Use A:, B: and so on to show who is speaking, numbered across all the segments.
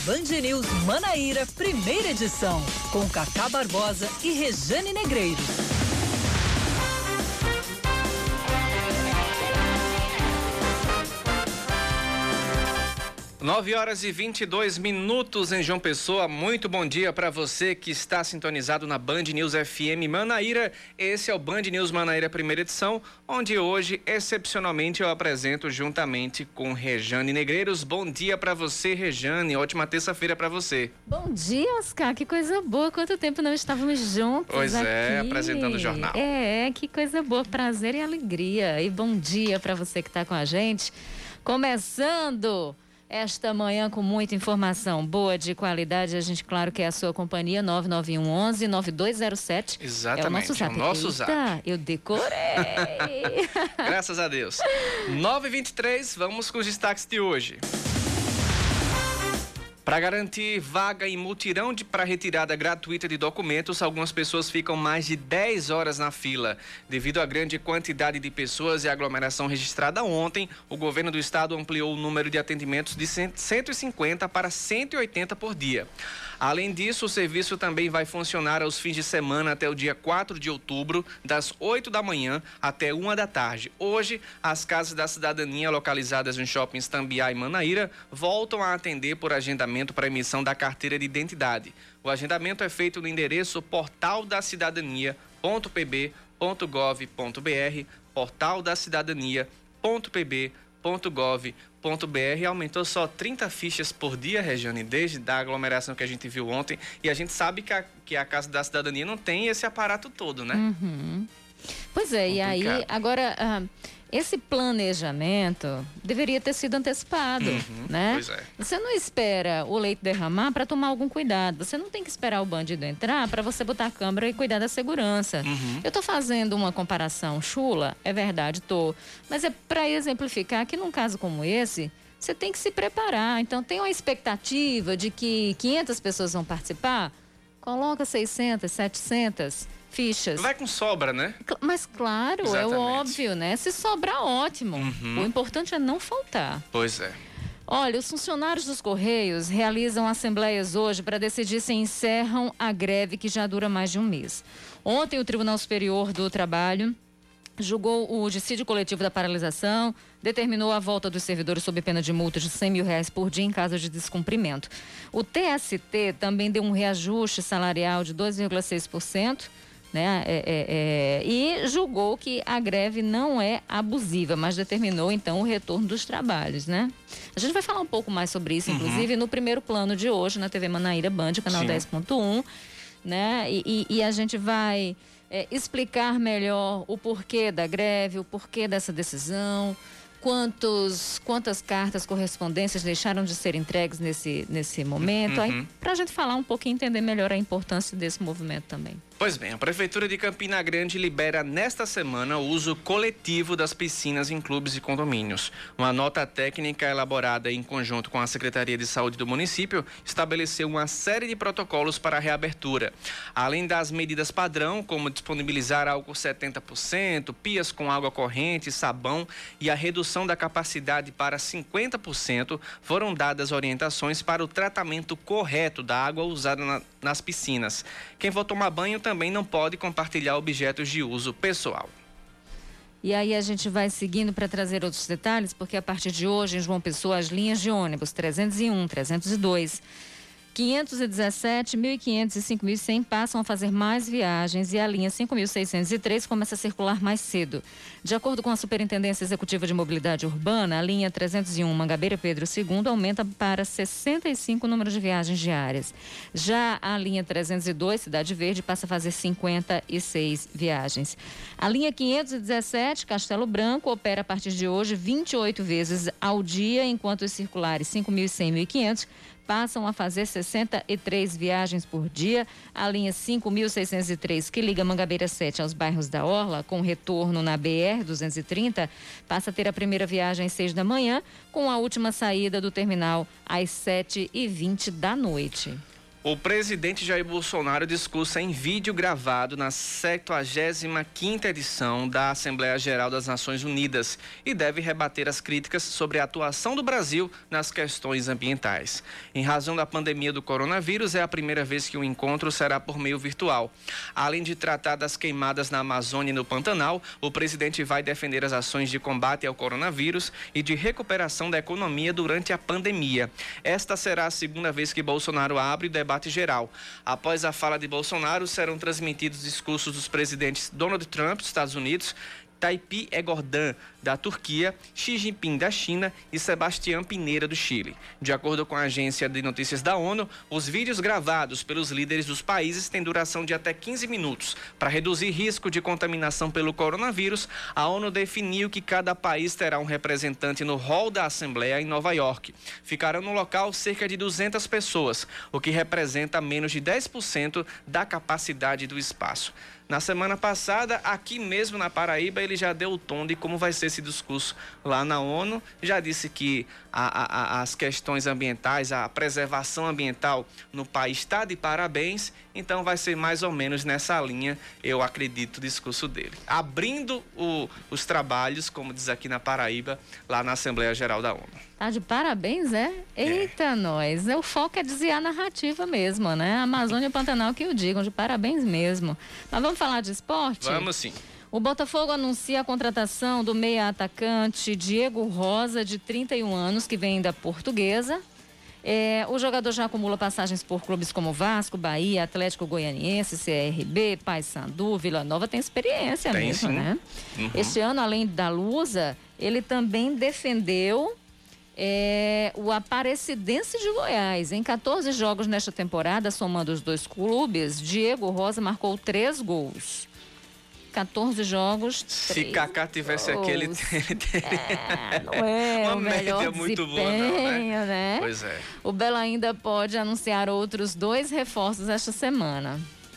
A: Band News Manaíra, primeira edição, com Cacá Barbosa e Rejane Negreiros.
B: 9h22 em João Pessoa. Muito bom dia para você que está sintonizado na Band News FM Manaíra. Esse é o Band News Manaíra, primeira edição, onde hoje, excepcionalmente, eu apresento juntamente com Rejane Negreiros. Bom dia para você, Rejane. Ótima terça-feira para você.
C: Bom dia, Oscar. Que coisa boa. Quanto tempo não estávamos juntos
B: Pois
C: aqui.
B: é, apresentando o jornal.
C: Que coisa boa. Prazer e alegria. E bom dia para você que está com a gente. Começando esta manhã com muita informação boa, de qualidade. A gente, claro, quer a sua companhia. 99111-9207.
B: Exatamente.
C: É o nosso zap.
B: O nosso zap.
C: Eu decorei.
B: Graças a Deus. 9h23, vamos com os destaques de hoje. Para garantir vaga em mutirão para retirada gratuita de documentos, algumas pessoas ficam mais de 10 horas na fila. Devido à grande quantidade de pessoas e aglomeração registrada ontem, o governo do estado ampliou o número de atendimentos de 150 para 180 por dia. Além disso, o serviço também vai funcionar aos fins de semana até o dia 4 de outubro, das 8 da manhã até 1 da tarde. Hoje, as casas da cidadania localizadas nos shoppings Tambiá e Manaíra voltam a atender por agendamento para emissão da carteira de identidade. O agendamento é feito no endereço portaldacidadania.pb.gov.br, portaldacidadania.pb.gov.br. Aumentou só 30 fichas por dia, Rejane, desde a aglomeração que a gente viu ontem. E a gente sabe que a Casa da Cidadania não tem esse aparato todo, né?
C: Uhum. Pois é, complicado. E aí, agora, esse planejamento deveria ter sido antecipado, né?
B: Pois é.
C: Você não espera o leite derramar para tomar algum cuidado. Você não tem que esperar o bandido entrar para você botar a câmera e cuidar da segurança. Eu tô fazendo uma comparação chula, é verdade, mas é para exemplificar que num caso como esse, você tem que se preparar. Então, tem uma expectativa de que 500 pessoas vão participar, coloca 600, 700 fichas.
B: Vai com sobra, né?
C: Mas claro,
B: Exatamente.
C: É óbvio, né? Se sobrar, ótimo. O importante é não faltar.
B: Pois é.
C: Olha, os funcionários dos Correios realizam assembleias hoje para decidir se encerram a greve que já dura mais de um mês. Ontem, o Tribunal Superior do Trabalho julgou o dissídio coletivo da paralisação, determinou a volta dos servidores sob pena de multa de R$100 mil por dia em caso de descumprimento. O TST também deu um reajuste salarial de 2,6%, né? E julgou que a greve não é abusiva, mas determinou então o retorno dos trabalhos, né? A gente vai falar um pouco mais sobre isso, inclusive no primeiro plano de hoje na TV Manaíra Band, canal 10.1, né? E a gente vai explicar melhor o porquê da greve, o porquê dessa decisão, quantas cartas, correspondências deixaram de ser entregues nesse momento, aí pra gente falar um pouquinho, entender melhor a importância desse movimento também.
B: Pois bem, a Prefeitura de Campina Grande libera nesta semana o uso coletivo das piscinas em clubes e condomínios. Uma nota técnica elaborada em conjunto com a Secretaria de Saúde do município estabeleceu uma série de protocolos para a reabertura. Além das medidas padrão, como disponibilizar álcool 70%, pias com água corrente, sabão e a redução da capacidade para 50%, foram dadas orientações para o tratamento correto da água usada nas piscinas. Quem for tomar banho também não pode compartilhar objetos de uso pessoal.
C: E aí a gente vai seguindo para trazer outros detalhes, porque a partir de hoje, em João Pessoa, as linhas de ônibus 301, 302, 517, 1.500 e 5.100 passam a fazer mais viagens e a linha 5.603 começa a circular mais cedo. De acordo com a Superintendência Executiva de Mobilidade Urbana, a linha 301 Mangabeira Pedro II aumenta para 65 números de viagens diárias. Já a linha 302 Cidade Verde passa a fazer 56 viagens. A linha 517 Castelo Branco opera a partir de hoje 28 vezes ao dia, enquanto os circulares 5.100 e 1.500 passam a fazer 63 viagens por dia. A linha 5.603, que liga Mangabeira 7 aos bairros da Orla, com retorno na BR-230, passa a ter a primeira viagem às 6 da manhã, com a última saída do terminal às 7h20 da noite.
B: O presidente Jair Bolsonaro discursa em vídeo gravado na 75ª edição da Assembleia Geral das Nações Unidas e deve rebater as críticas sobre a atuação do Brasil nas questões ambientais. Em razão da pandemia do coronavírus, é a primeira vez que o encontro será por meio virtual. Além de tratar das queimadas na Amazônia e no Pantanal, o presidente vai defender as ações de combate ao coronavírus e de recuperação da economia durante a pandemia. Esta será a segunda vez que Bolsonaro abre o debate geral. Após a fala de Bolsonaro, serão transmitidos discursos dos presidentes Donald Trump, dos Estados Unidos, Tayyip Erdogan, da Turquia, Xi Jinping, da China e Sebastián Pinera, do Chile. De acordo com a agência de notícias da ONU, os vídeos gravados pelos líderes dos países têm duração de até 15 minutos. Para reduzir risco de contaminação pelo coronavírus, a ONU definiu que cada país terá um representante no hall da Assembleia em Nova York. Ficarão no local cerca de 200 pessoas, o que representa menos de 10% da capacidade do espaço. Na semana passada, aqui mesmo na Paraíba, ele já deu o tom de como vai ser esse discurso lá na ONU. Já disse que as questões ambientais, a preservação ambiental no país está de parabéns. Então vai ser mais ou menos nessa linha, eu acredito, o discurso dele. Abrindo os trabalhos, como diz aqui na Paraíba, lá na Assembleia Geral da ONU.
C: Tá de parabéns, é? Eita, nós. O foco é desviar a narrativa mesmo, né? A Amazônia e o Pantanal que o digam, de parabéns mesmo. Mas vamos falar de esporte?
B: Vamos sim.
C: O Botafogo anuncia a contratação do meia-atacante Diego Rosa, de 31 anos, que vem da Portuguesa. O jogador já acumula passagens por clubes como Vasco, Bahia, Atlético Goianiense, CRB, Paysandu, Vila Nova. Tem experiência
B: tem,
C: mesmo,
B: sim.
C: Né?
B: Uhum.
C: Este ano, além da Lusa, ele também defendeu o Aparecidense de Goiás. Em 14 jogos nesta temporada, somando os dois clubes, Diego Rosa marcou 3 gols. 14 jogos, 3
B: Se Kaká tivesse aqui, ele teria
C: não é
B: uma
C: o melhor
B: média muito boa, não,
C: né?
B: Pois é.
C: O Belo ainda pode anunciar outros 2 reforços esta semana.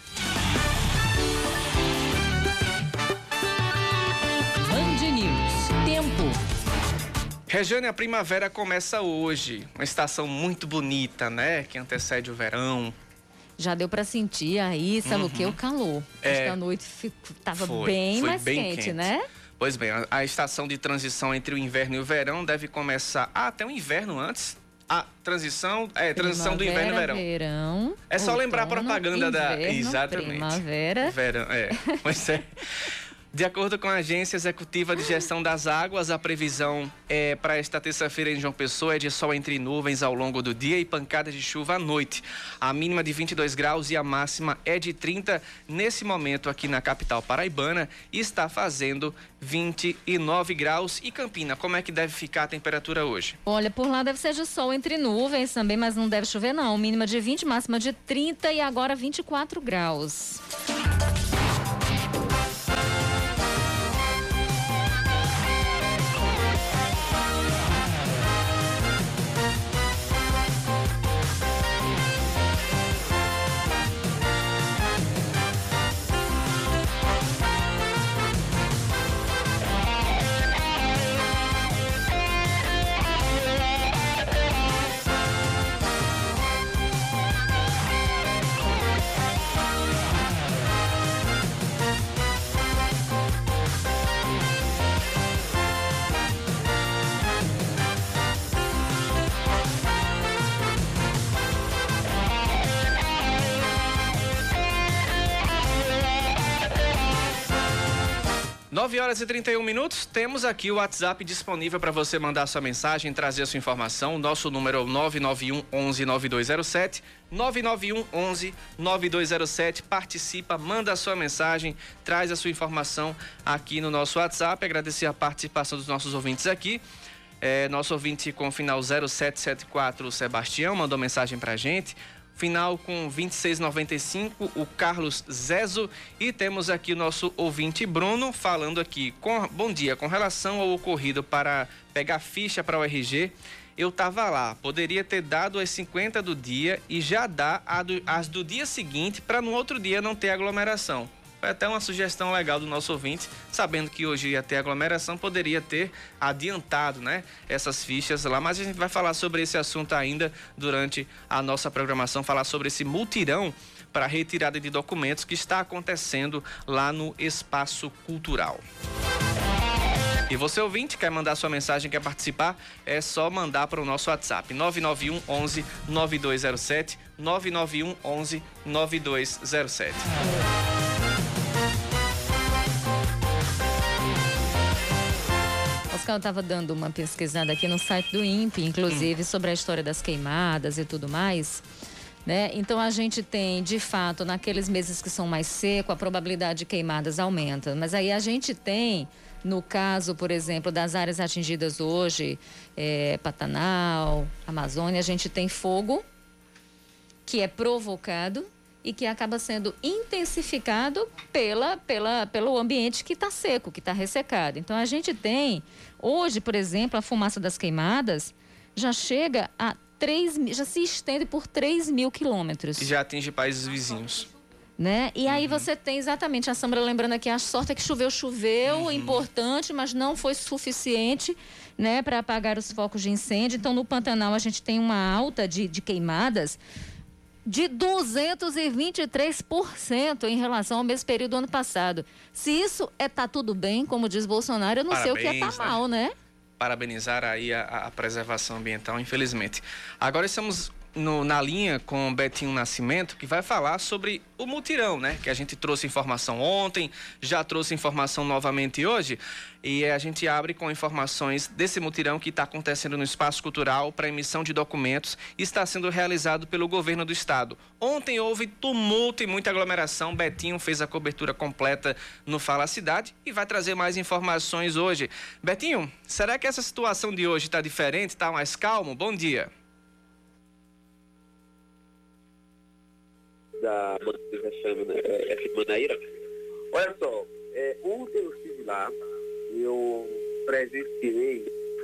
A: Band News. Tempo.
B: Rejane, a primavera começa hoje. Uma estação muito bonita, né? Que antecede o verão.
C: Já deu para sentir aí, sabe o que? O calor. Esta noite estava bem mais quente, né?
B: Pois bem, a estação de transição entre o inverno e o verão deve começar até o inverno antes. A transição do inverno e verão. É só lembrar a propaganda da... Exatamente.
C: Primavera.
B: Verão, pois é. De acordo com a Agência Executiva de Gestão das Águas, a previsão para esta terça-feira em João Pessoa é de sol entre nuvens ao longo do dia e pancadas de chuva à noite. A mínima de 22 graus e a máxima é de 30. Nesse momento aqui na capital paraibana está fazendo 29 graus. E Campina, como é que deve ficar a temperatura hoje?
C: Olha, por lá deve ser de sol entre nuvens também, mas não deve chover não. Mínima de 20, máxima de 30 e agora 24 graus.
B: Nove horas e 31 minutos, temos aqui o WhatsApp disponível para você mandar sua mensagem, trazer a sua informação. Nosso número é o 991 11 9207, 991 11 9207. Participa, manda a sua mensagem, traz a sua informação aqui no nosso WhatsApp. Agradecer a participação dos nossos ouvintes aqui. Nosso ouvinte com final 0774, o Sebastião, mandou mensagem para a gente. Final com 2695, o Carlos Zezo. E temos aqui o nosso ouvinte Bruno falando aqui. Bom dia, com relação ao ocorrido para pegar ficha para o RG, eu estava lá. Poderia ter dado as 50 do dia e já dar as do dia seguinte para no outro dia não ter aglomeração. Foi até uma sugestão legal do nosso ouvinte, sabendo que hoje ia ter aglomeração, poderia ter adiantado, né, essas fichas lá, mas a gente vai falar sobre esse assunto ainda durante a nossa programação, falar sobre esse mutirão para retirada de documentos que está acontecendo lá no Espaço Cultural. E você, ouvinte, quer mandar sua mensagem, quer participar, é só mandar para o nosso WhatsApp, 991 11 9207, 991 11 9207.
C: Oscar, eu estava dando uma pesquisada aqui no site do INPE, inclusive, sobre a história das queimadas e tudo mais, né? Então, a gente tem, de fato, naqueles meses que são mais secos, a probabilidade de queimadas aumenta. Mas aí a gente tem, no caso, por exemplo, das áreas atingidas hoje, Pantanal, Amazônia, a gente tem fogo que é provocado e que acaba sendo intensificado pelo ambiente que está seco, que está ressecado. Então, a gente tem, hoje, por exemplo, a fumaça das queimadas já chega a já se estende por 3.000 quilômetros.
B: E já atinge países vizinhos.
C: Né? E aí você tem exatamente, a Sâmara lembrando aqui, a sorte é que choveu, importante, mas não foi suficiente, né, para apagar os focos de incêndio. Então, no Pantanal, a gente tem uma alta de queimadas de 223% em relação ao mesmo período do ano passado. Se isso tá tudo bem, como diz Bolsonaro, eu não sei o que tá mal, né?
B: Parabenizar aí a preservação ambiental, infelizmente. Agora estamos na linha com o Betinho Nascimento, que vai falar sobre o mutirão, né? Que a gente trouxe informação ontem, já trouxe informação novamente hoje, e a gente abre com informações desse mutirão que está acontecendo no Espaço Cultural para emissão de documentos e está sendo realizado pelo governo do estado. Ontem houve tumulto e muita aglomeração. Betinho fez a cobertura completa no Fala Cidade e vai trazer mais informações hoje. Betinho, será que essa situação de hoje está diferente, está mais calmo? Bom dia.
D: Da Manaíra. Olha só, ontem eu estive lá, eu presenciei,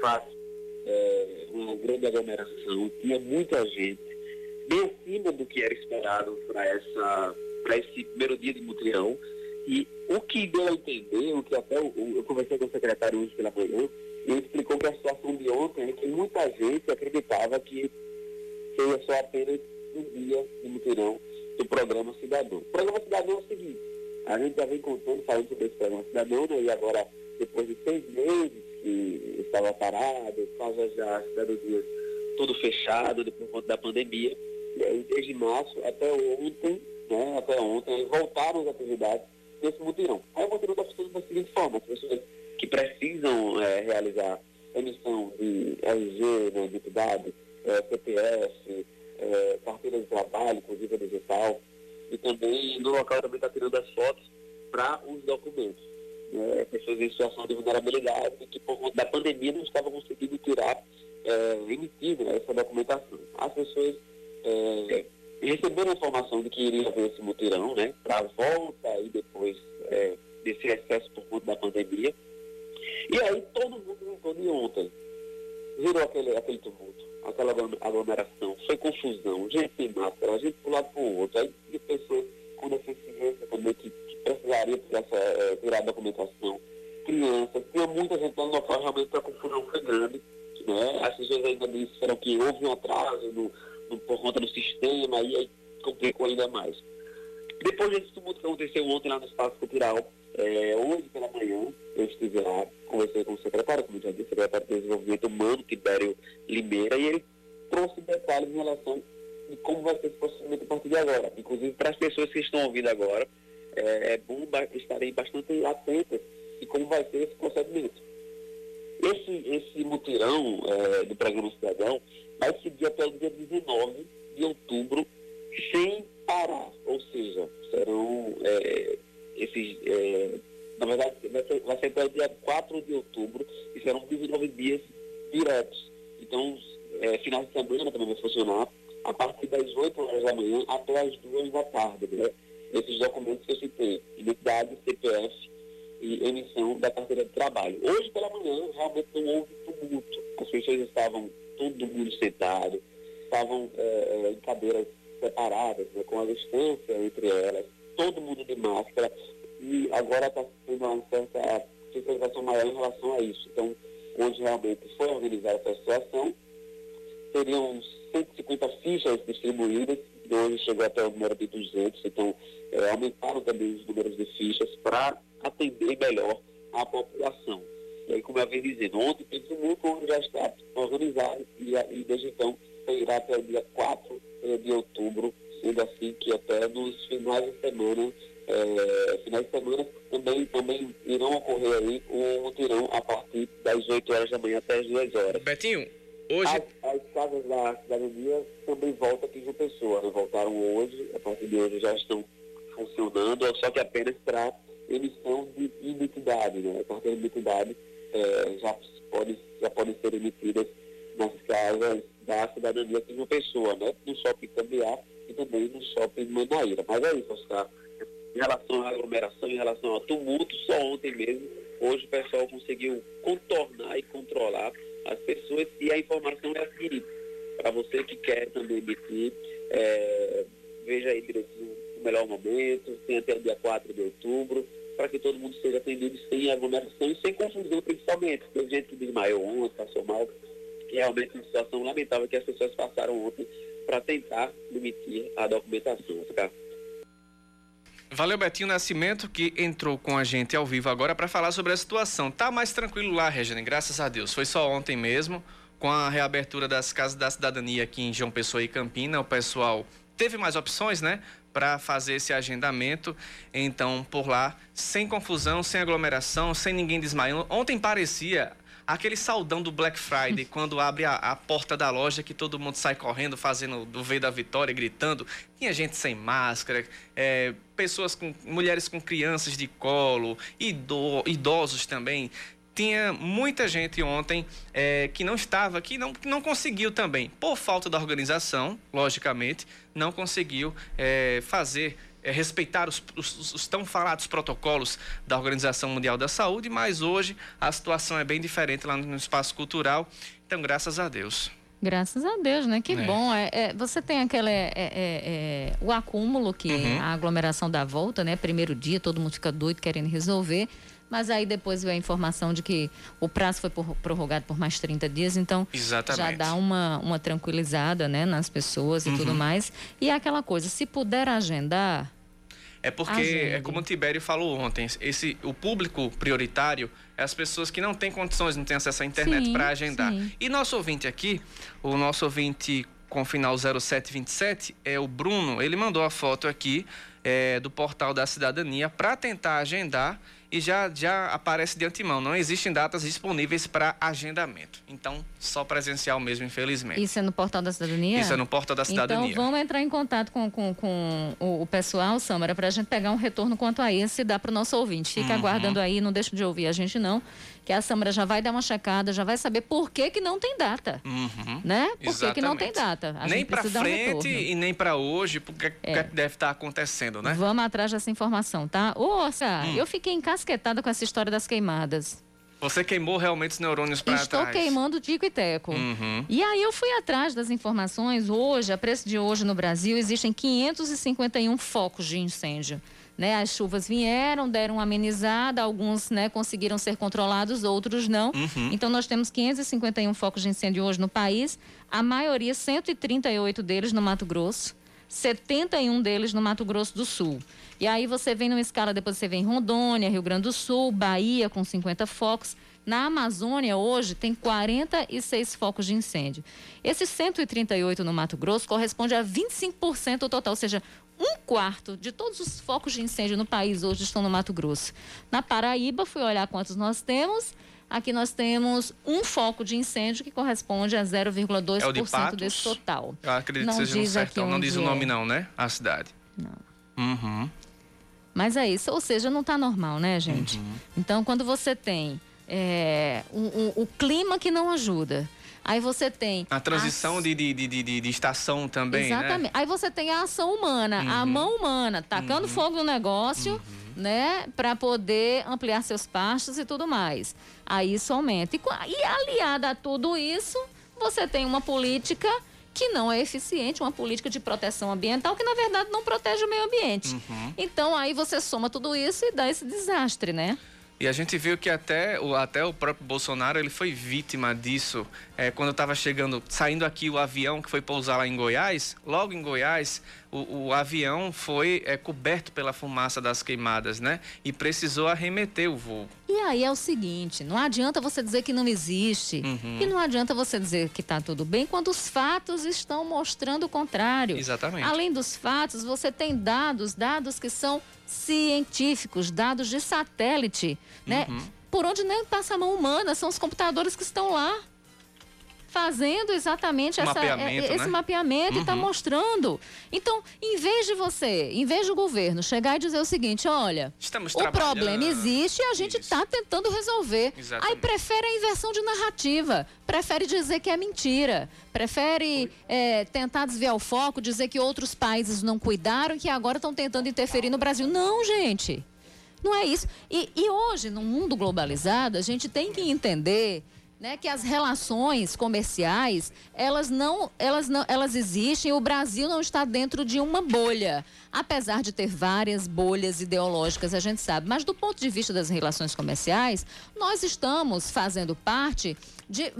D: uma grande aglomeração, tinha muita gente, bem acima do que era esperado para esse primeiro dia de mutirão, e o que deu a entender, o que até eu conversei com o secretário hoje pela manhã, ele explicou que a situação de ontem é que muita gente acreditava que seria só apenas um dia de mutirão do Programa Cidadão. O Programa Cidadão é o seguinte, a gente já vem falando sobre esse Programa Cidadão, né? E agora, depois de 6 meses que estava parado, causa já as cidadanias tudo fechado por conta da pandemia, e aí desde março até ontem, voltaram as atividades desse mutirão. Aí o mutirão está funcionando da seguinte forma: as pessoas que precisam realizar emissão de RG, né, identidade, CPF, carteira de trabalho, inclusive digital, e também no local também está tirando as fotos para os documentos. Pessoas em situação de vulnerabilidade que por conta da pandemia não estavam conseguindo emitir essa documentação. As pessoas receberam a informação de que iria haver esse mutirão, né, para volta e depois desse excesso por conta da pandemia. E aí todo mundo juntou de ontem. Virou aquele tumulto, aquela aglomeração, foi confusão, gente sem máscara, gente para um lado para o outro, aí de pessoas com deficiência também que precisariam tirar a documentação, crianças, tinha muita gente lá no local, realmente a confusão foi grande, né? As pessoas ainda disseram que houve um atraso por conta do sistema, e aí complicou ainda mais. Depois desse tumulto que aconteceu ontem lá no Espaço Cultural, hoje pela manhã, eu estive lá, conversei com o secretário, como eu já disse, secretário de Desenvolvimento Humano, Tibério Limeira, e ele trouxe detalhes em relação de como vai ser esse procedimento a partir de agora. Inclusive, para as pessoas que estão ouvindo agora, é bom estarem bastante atentas de como vai ser esse procedimento. Esse mutirão do Programa Cidadão vai seguir até o dia 19 de outubro, sem parar, ou seja, serão na verdade, vai ser até o dia 4 de outubro e serão 19 dias diretos. Então, final de semana também vai funcionar a partir das 8 horas da manhã até as 2 da tarde, né? Esses documentos que eu citei, identidade, CPF e emissão da carteira de trabalho. Hoje pela manhã realmente não houve tumulto. As pessoas estavam todo mundo sentado, estavam em cadeiras separadas, né, com a distância entre elas, todo mundo de máscara. e agora está tendo uma certa fiscalização maior em relação a isso. Então, hoje realmente foi organizada essa situação, teriam 150 fichas distribuídas, e hoje chegou até o número de 200, então aumentaram também os números de fichas para atender melhor a população. E aí, como eu venho dizendo, ontem tem tumulto, onde já está organizado, e desde então irá até o dia 4 de outubro, sendo assim que até nos finais de semana também irão ocorrer aí um mutirão a partir das 8 horas da manhã até as 2 horas.
B: Betinho, hoje...
D: As casas da cidadania também voltam aqui em João Pessoa, né? Voltaram hoje, a partir de hoje já estão funcionando, só que apenas para emissão de identidade, né? A carteira de identidade já podem ser emitidas nas casas da cidadania aqui em João Pessoa, né? No shopping Cambiar e também no shopping Manaíra. Mas é isso, Oscar. Em relação à aglomeração, em relação ao tumulto, só ontem mesmo, hoje o pessoal conseguiu contornar e controlar as pessoas, e a informação é a seguinte: para você que quer também emitir, veja aí direitinho o melhor momento, tem até o dia 4 de outubro, para que todo mundo seja atendido sem aglomeração e sem confusão, principalmente. Tem gente que desmaiou ontem, passou mal, e realmente uma situação lamentável que as pessoas passaram ontem para tentar emitir a documentação. Tá?
B: Valeu, Betinho Nascimento, que entrou com a gente ao vivo agora para falar sobre a situação. Tá mais tranquilo lá, Regiane, graças a Deus. Foi só ontem mesmo, com a reabertura das casas da cidadania aqui em João Pessoa e Campina. O pessoal teve mais opções, né, para fazer esse agendamento. Então, por lá, sem confusão, sem aglomeração, sem ninguém desmaiando. Ontem parecia aquele saudão do Black Friday, quando abre a porta da loja, que todo mundo sai correndo, fazendo do V da Vitória, gritando. Tinha gente sem máscara, mulheres com crianças de colo, idosos também. Tinha muita gente ontem que não estava aqui, que não conseguiu também, por falta da organização, logicamente, não conseguiu respeitar os tão falados protocolos da Organização Mundial da Saúde, mas hoje a situação é bem diferente lá no espaço cultural, então graças a Deus.
C: Graças a Deus, né? Que bom. Você tem o acúmulo que a aglomeração dá volta, né? Primeiro dia, todo mundo fica doido querendo resolver, mas aí depois veio a informação de que o prazo foi prorrogado por mais 30 dias, então já dá uma tranquilizada, né, nas pessoas e tudo mais. E é aquela coisa, se puder agendar...
B: É porque, como o Tibério falou ontem, o público prioritário é as pessoas que não têm condições, não têm acesso à internet para agendar. Sim. E nosso ouvinte aqui, o nosso ouvinte com final 0727, é o Bruno, ele mandou a foto aqui do portal da cidadania para tentar agendar, e já aparece de antemão, não existem datas disponíveis para agendamento. Então, só presencial mesmo, infelizmente.
C: Isso é no portal da cidadania?
B: Isso é no portal da cidadania.
C: Então, vamos entrar em contato com o pessoal, Sâmara, para a gente pegar um retorno quanto a isso e dar para o nosso ouvinte. Fica aguardando aí, não deixa de ouvir a gente não, que a Sâmara já vai dar uma checada, já vai saber por que não tem data, né? Por que não tem data?
B: Nem para frente e nem para hoje, porque que deve estar acontecendo, né?
C: Vamos atrás dessa informação, tá? Eu fiquei encasquetada com essa história das queimadas.
B: Você queimou realmente os neurônios para trás.
C: Estou queimando tico e teco. E aí eu fui atrás das informações. Hoje, a preço de hoje no Brasil, existem 551 focos de incêndio. Né? As chuvas vieram, deram uma amenizada, alguns, né, conseguiram ser controlados, outros não. Então nós temos 551 focos de incêndio hoje no país, a maioria, 138 deles no Mato Grosso, 71 deles no Mato Grosso do Sul. E aí você vem numa escala, depois você vem em Rondônia, Rio Grande do Sul, Bahia com 50 focos. Na Amazônia, hoje, tem 46 focos de incêndio. Esses 138 no Mato Grosso corresponde a 25% do total, ou seja, 1/4 de todos os focos de incêndio no país hoje estão no Mato Grosso. Na Paraíba, fui olhar quantos nós temos. Aqui nós temos um foco de incêndio que corresponde a 0,2% desse total.
B: Eu acredito que seja no sertão, não diz o nome não, né? A cidade.
C: Não. Mas é isso, ou seja, não está normal, né, gente? Então, quando você tem o clima que não ajuda, aí você tem...
B: A transição de estação também,
C: exatamente, né? Aí você tem a ação humana, a mão humana, tacando fogo no negócio, né? Para poder ampliar seus pastos e tudo mais. Aí isso aumenta. E aliada a tudo isso, você tem uma política que não é eficiente, uma política de proteção ambiental que, na verdade, não protege o meio ambiente. Então, aí você soma tudo isso e dá esse desastre, né?
B: E a gente viu que até o próprio Bolsonaro, ele foi vítima disso. Quando estava saindo aqui o avião que foi pousar lá em Goiás, logo em Goiás, o avião foi coberto pela fumaça das queimadas, né? E precisou arremeter o voo.
C: E aí é o seguinte, não adianta você dizer que não existe e não adianta você dizer que está tudo bem quando os fatos estão mostrando o contrário.
B: Exatamente.
C: Além dos fatos, você tem dados que são científicos, dados de satélite, né? Por onde nem passa a mão humana, são os computadores que estão lá fazendo exatamente esse mapeamento e está mostrando. Então, em vez do governo chegar e dizer o seguinte, olha, o problema existe e a gente está tentando resolver.
B: Exatamente.
C: Aí prefere a inversão de narrativa, prefere dizer que é mentira, prefere tentar desviar o foco, dizer que outros países não cuidaram, que agora estão tentando interferir no Brasil. Não, gente, não é isso. E hoje, no mundo globalizado, a gente tem que entender, né, que as relações comerciais, elas existem, o Brasil não está dentro de uma bolha, apesar de ter várias bolhas ideológicas, a gente sabe, mas do ponto de vista das relações comerciais, nós estamos fazendo parte de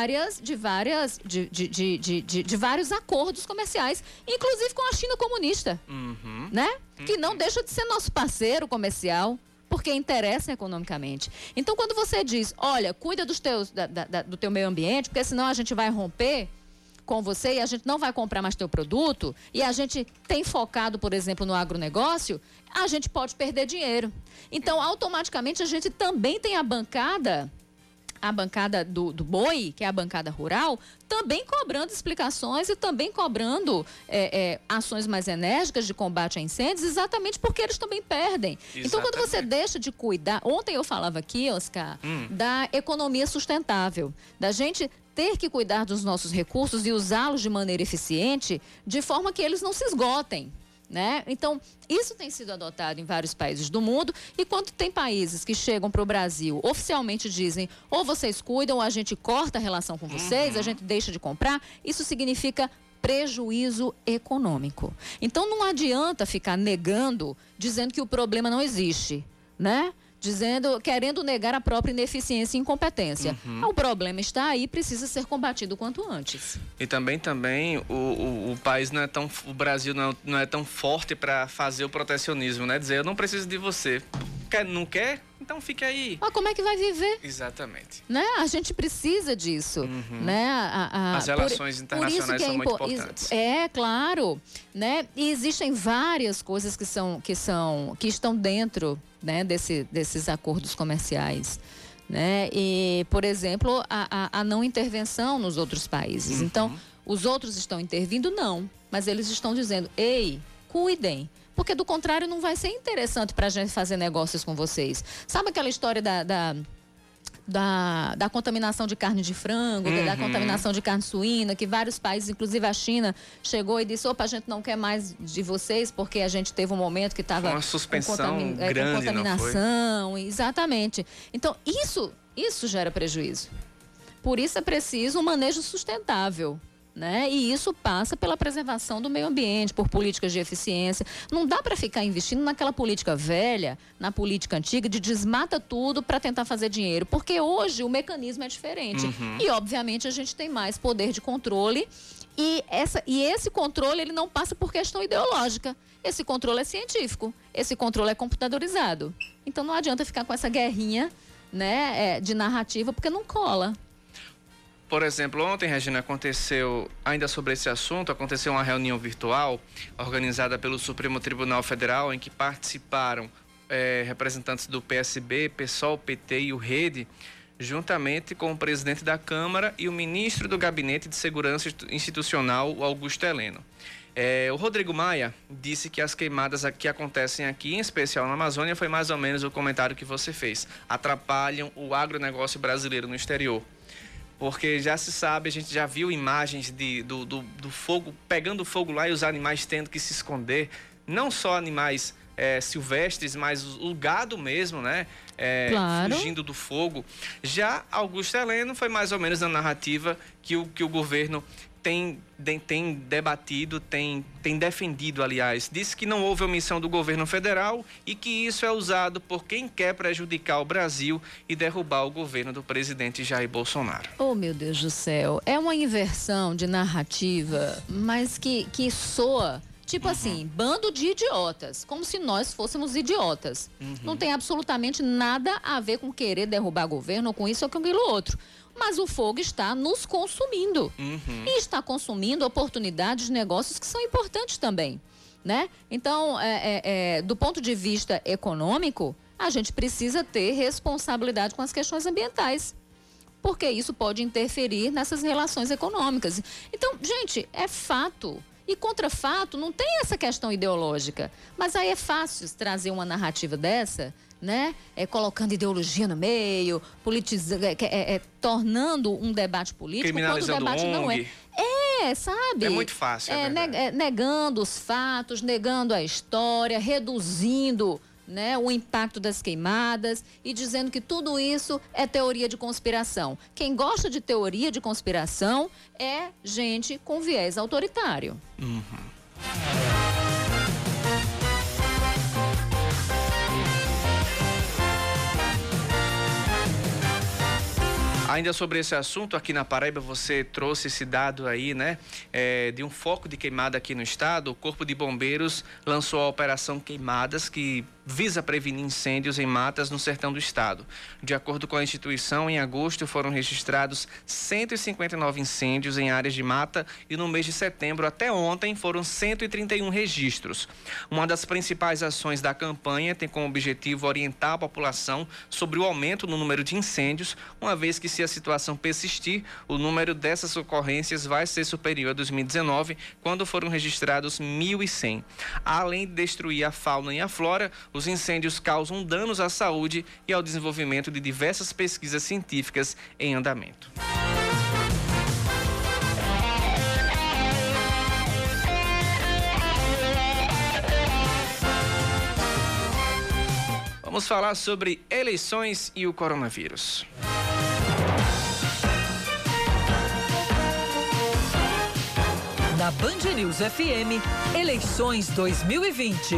C: vários acordos comerciais, inclusive com a China comunista, né? Que não deixa de ser nosso parceiro comercial, porque interessa economicamente. Então, quando você diz, olha, cuida do teu meio ambiente, porque senão a gente vai romper com você e a gente não vai comprar mais teu produto, e a gente tem focado, por exemplo, no agronegócio, a gente pode perder dinheiro. Então, automaticamente, a gente também tem a bancada do boi, que é a bancada rural, também cobrando explicações e também cobrando ações mais enérgicas de combate a incêndios, exatamente porque eles também perdem. Exatamente. Então, quando você deixa de cuidar... Ontem eu falava aqui, Oscar, da economia sustentável, da gente ter que cuidar dos nossos recursos e usá-los de maneira eficiente, de forma que eles não se esgotem, né? Então, isso tem sido adotado em vários países do mundo, e quando tem países que chegam para o Brasil, oficialmente dizem, ou vocês cuidam, ou a gente corta a relação com vocês, a gente deixa de comprar, isso significa prejuízo econômico. Então, não adianta ficar negando, dizendo que o problema não existe, né? Querendo negar a própria ineficiência e incompetência. O problema está aí, precisa ser combatido quanto antes.
B: E também o país não é tão, o Brasil não é tão forte para fazer o protecionismo, né? Dizer, eu não preciso de você. Não quer? Então fique aí.
C: Mas como é que vai viver?
B: Exatamente.
C: Né? A gente precisa disso. Né?
B: As relações internacionais são muito importantes.
C: Claro. Né? E existem várias coisas que estão dentro, né, desses acordos comerciais. Né? E, por exemplo, a não intervenção nos outros países. Então, os outros estão intervindo? Não. Mas eles estão dizendo, ei, cuidem. Porque, do contrário, não vai ser interessante para a gente fazer negócios com vocês. Sabe aquela história da contaminação de carne de frango, da contaminação de carne suína, que vários países, inclusive a China, chegou e disse, opa, a gente não quer mais de vocês, porque a gente teve um momento que estava
B: uma suspensão grande,
C: com contaminação. Exatamente. Então, isso gera prejuízo. Por isso é preciso um manejo sustentável. Né? E isso passa pela preservação do meio ambiente, por políticas de eficiência. Não dá para ficar investindo naquela política velha, na política antiga, de desmata tudo para tentar fazer dinheiro, porque hoje o mecanismo é diferente. E, obviamente, a gente tem mais poder de controle e esse controle ele não passa por questão ideológica. Esse controle é científico, esse controle é computadorizado. Então, não adianta ficar com essa guerrinha, né, de narrativa, porque não cola.
B: Por exemplo, ontem, Regina, aconteceu uma reunião virtual organizada pelo Supremo Tribunal Federal, em que participaram representantes do PSB, PSOL, PT e o Rede, juntamente com o presidente da Câmara e o ministro do Gabinete de Segurança Institucional, o Augusto Heleno. O Rodrigo Maia disse que as queimadas que acontecem aqui, em especial na Amazônia, foi mais ou menos o comentário que você fez. Atrapalham o agronegócio brasileiro no exterior. Porque já se sabe, a gente já viu imagens do fogo, pegando fogo lá e os animais tendo que se esconder. Não só animais silvestres, mas o gado mesmo, né?
C: Claro.
B: Fugindo do fogo. Já Augusto Heleno foi mais ou menos na narrativa que o governo tem debatido, tem defendido, aliás. Disse que não houve omissão do governo federal e que isso é usado por quem quer prejudicar o Brasil e derrubar o governo do presidente Jair Bolsonaro.
C: Oh, meu Deus do céu. É uma inversão de narrativa, mas que soa... Tipo assim, bando de idiotas, como se nós fôssemos idiotas. Não tem absolutamente nada a ver com querer derrubar governo ou com isso ou com aquilo outro. Mas o fogo está nos consumindo. E está consumindo oportunidades de negócios que são importantes também, né? Então, do ponto de vista econômico, a gente precisa ter responsabilidade com as questões ambientais. Porque isso pode interferir nessas relações econômicas. Então, gente, é fato. E contra fato não tem essa questão ideológica. Mas aí é fácil trazer uma narrativa dessa, né? Colocando ideologia no meio, politizando, tornando um debate político quando o debate não é. Sabe?
B: É muito fácil,
C: negando os fatos, negando a história, reduzindo, né, o impacto das queimadas e dizendo que tudo isso é teoria de conspiração. Quem gosta de teoria de conspiração é gente com viés autoritário.
B: Ainda sobre esse assunto, aqui na Paraíba, você trouxe esse dado aí, né? De um foco de queimada aqui no estado. O Corpo de Bombeiros lançou a Operação Queimadas, que visa prevenir incêndios em matas no sertão do estado. De acordo com a instituição, em agosto foram registrados 159 incêndios em áreas de mata e no mês de setembro até ontem foram 131 registros. Uma das principais ações da campanha tem como objetivo orientar a população sobre o aumento no número de incêndios, uma vez que se a situação persistir, o número dessas ocorrências vai ser superior a 2019, quando foram registrados 1.100. Além de destruir a fauna e a flora, os incêndios causam danos à saúde e ao desenvolvimento de diversas pesquisas científicas em andamento. Vamos falar sobre eleições e o coronavírus.
A: Na Band News FM, eleições 2020.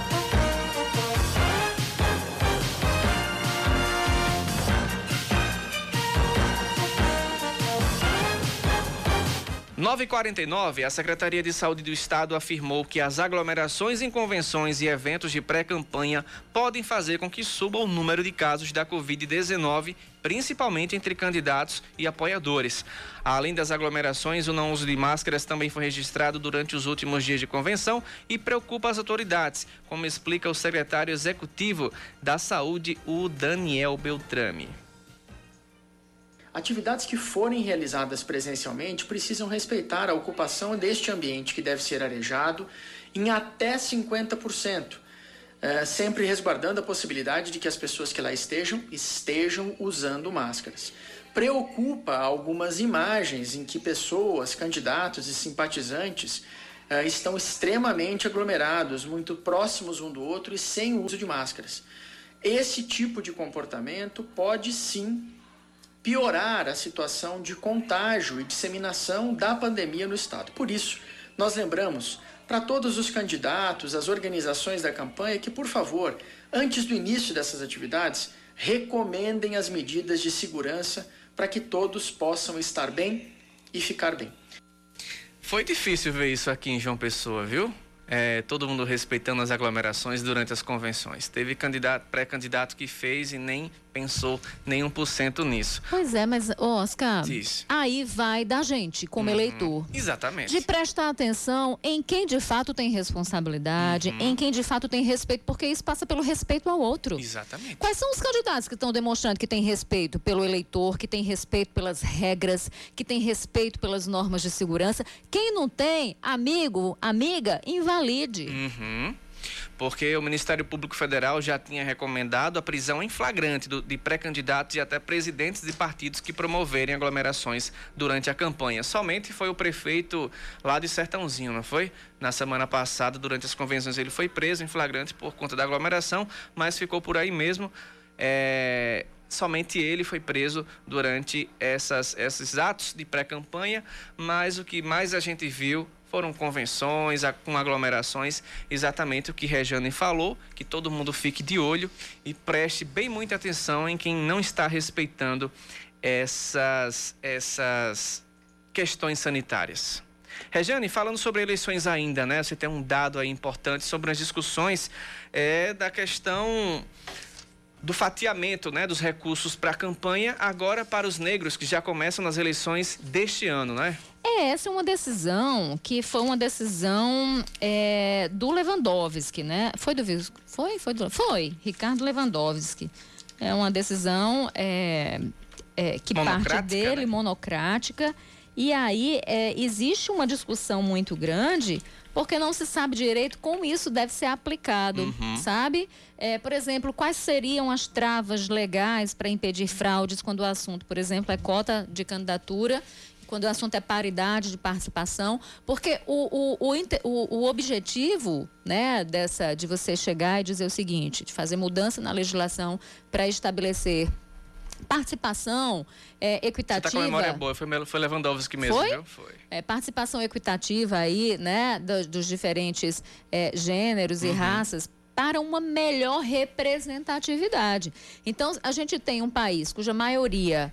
B: Às 9h49, a Secretaria de Saúde do Estado afirmou que as aglomerações em convenções e eventos de pré-campanha podem fazer com que suba o número de casos da Covid-19, principalmente entre candidatos e apoiadores. Além das aglomerações, o não uso de máscaras também foi registrado durante os últimos dias de convenção e preocupa as autoridades, como explica o secretário executivo da Saúde, o Daniel Beltrame.
E: Atividades que forem realizadas presencialmente precisam respeitar a ocupação deste ambiente, que deve ser arejado em até 50%, sempre resguardando a possibilidade de que as pessoas que lá estejam usando máscaras. Preocupa algumas imagens em que pessoas, candidatos e simpatizantes estão extremamente aglomerados, muito próximos um do outro e sem uso de máscaras. Esse tipo de comportamento pode sim piorar a situação de contágio e disseminação da pandemia no estado. Por isso, nós lembramos para todos os candidatos, as organizações da campanha, que, por favor, antes do início dessas atividades, recomendem as medidas de segurança para que todos possam estar bem e ficar bem.
B: Foi difícil ver isso aqui em João Pessoa, viu? Todo mundo respeitando as aglomerações durante as convenções. Teve pré-candidato que fez e nem pensou nem 1% nisso.
C: Pois é, mas, Oscar,
B: Diz.
C: aí vai da gente, como eleitor.
B: Exatamente.
C: De prestar atenção em quem de fato tem responsabilidade, em quem de fato tem respeito, porque isso passa pelo respeito ao outro.
B: Exatamente.
C: Quais são os candidatos que estão demonstrando que tem respeito pelo eleitor, que tem respeito pelas regras, que tem respeito pelas normas de segurança? Quem não tem, amigo, amiga, invalide.
B: porque o Ministério Público Federal já tinha recomendado a prisão em flagrante de pré-candidatos e até presidentes de partidos que promoverem aglomerações durante a campanha. Somente foi o prefeito lá de Sertãozinho, não foi? Na semana passada, durante as convenções, ele foi preso em flagrante por conta da aglomeração, mas ficou por aí mesmo. Somente ele foi preso durante esses atos de pré-campanha, mas o que mais a gente viu foram convenções com aglomerações, exatamente o que Rejane falou, que todo mundo fique de olho e preste bem muita atenção em quem não está respeitando essas questões sanitárias. Rejane, falando sobre eleições ainda, né? Você tem um dado aí importante sobre as discussões da questão do fatiamento, né, dos recursos para a campanha, agora para os negros, que já começam nas eleições deste ano, né?
C: Essa é uma decisão que foi uma decisão do Lewandowski, né? Foi Ricardo Lewandowski. É uma decisão que parte dele, né? Monocrática. E aí existe uma discussão muito grande, porque não se sabe direito como isso deve ser aplicado, sabe? Por exemplo, quais seriam as travas legais para impedir fraudes quando o assunto, por exemplo, é cota de candidatura, quando o assunto é paridade de participação, porque o objetivo, né, de você chegar e dizer o seguinte, de fazer mudança na legislação para estabelecer participação equitativa.
B: Você tá com a memória boa, foi Lewandowski mesmo,
C: foi?
B: Viu? Foi.
C: Participação equitativa aí, né, dos diferentes gêneros e raças para uma melhor representatividade. Então, a gente tem um país cuja maioria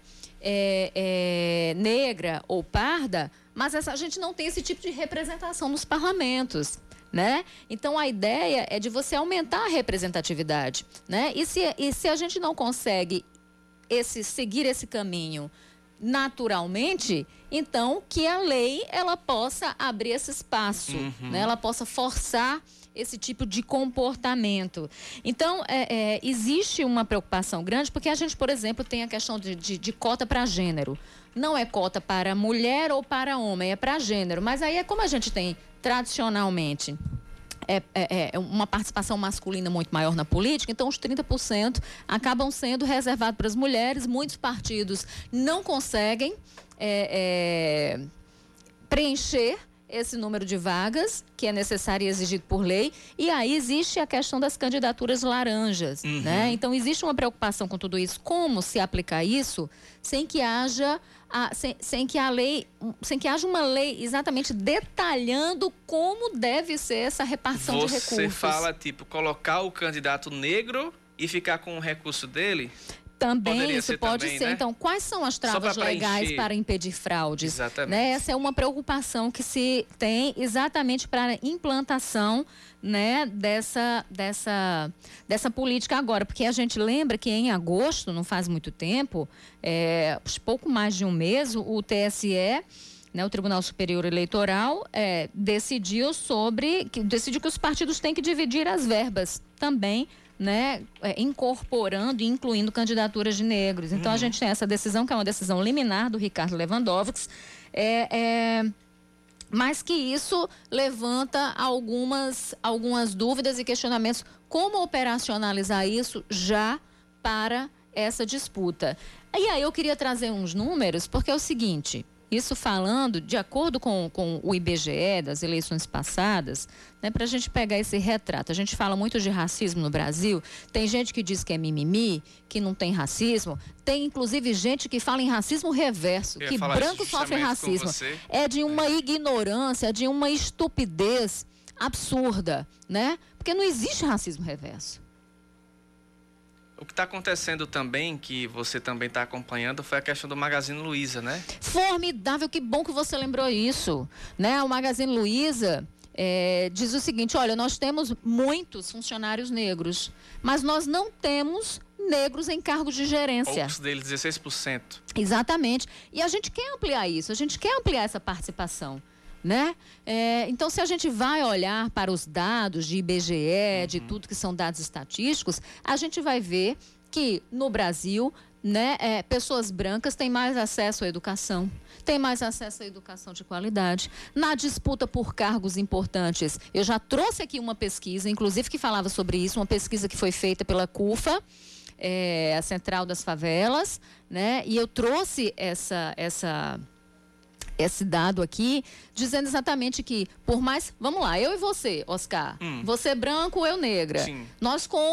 C: é negra ou parda, mas a gente não tem esse tipo de representação nos parlamentos, né? Então, a ideia é de você aumentar a representatividade, né? E se a gente não consegue seguir esse caminho naturalmente, então que a lei ela possa abrir esse espaço, né? Ela possa forçar esse tipo de comportamento. Então, existe uma preocupação grande, porque a gente, por exemplo, tem a questão de cota para gênero. Não é cota para mulher ou para homem, é para gênero. Mas aí é como a gente tem tradicionalmente uma participação masculina muito maior na política, então os 30% acabam sendo reservados para as mulheres. Muitos partidos não conseguem preencher esse número de vagas que é necessário e exigido por lei, e aí existe a questão das candidaturas laranjas, né? Então existe uma preocupação com tudo isso, como se aplicar isso sem que haja uma lei exatamente detalhando como deve ser essa repartição de recursos.
B: Você fala, colocar o candidato negro e ficar com o recurso dele?
C: Também, isso pode ser.
B: Né?
C: Então, quais são as travas legais para impedir fraudes?
B: Exatamente.
C: Né? Essa é uma preocupação que se tem exatamente para a implantação, né, dessa política agora. Porque a gente lembra que em agosto, não faz muito tempo, pouco mais de um mês, o TSE, né, o Tribunal Superior Eleitoral, decidiu que os partidos têm que dividir as verbas também, né, incorporando e incluindo candidaturas de negros. Então, a gente tem essa decisão, que é uma decisão liminar do Ricardo Lewandowski, mas que isso levanta algumas dúvidas e questionamentos. Como operacionalizar isso já para essa disputa? E aí eu queria trazer uns números, porque é o seguinte... Isso falando, de acordo com o IBGE das eleições passadas, né, para a gente pegar esse retrato. A gente fala muito de racismo no Brasil, tem gente que diz que é mimimi, que não tem racismo, tem inclusive gente que fala em racismo reverso, que branco sofre racismo. É de uma ignorância, de uma estupidez absurda, né? Porque não existe racismo reverso.
B: O que está acontecendo também, que você também está acompanhando, foi a questão do Magazine Luiza, né?
C: Formidável, que bom que você lembrou isso, né? O Magazine Luiza diz o seguinte: olha, nós temos muitos funcionários negros, mas nós não temos negros em cargos de gerência.
B: Poucos deles, 16%.
C: Exatamente. E a gente quer ampliar isso, a gente quer ampliar essa participação, né? Então, se a gente vai olhar para os dados de IBGE, de tudo que são dados estatísticos, a gente vai ver que no Brasil né, pessoas brancas têm mais acesso à educação, têm mais acesso à educação de qualidade. Na disputa por cargos importantes, eu já trouxe aqui uma pesquisa, inclusive que falava sobre isso, uma pesquisa que foi feita pela CUFA, a Central das Favelas, né, e eu trouxe esse dado aqui, dizendo exatamente que, por mais... Vamos lá, eu e você, Oscar. Você branco, eu negra.
B: Sim.
C: Nós com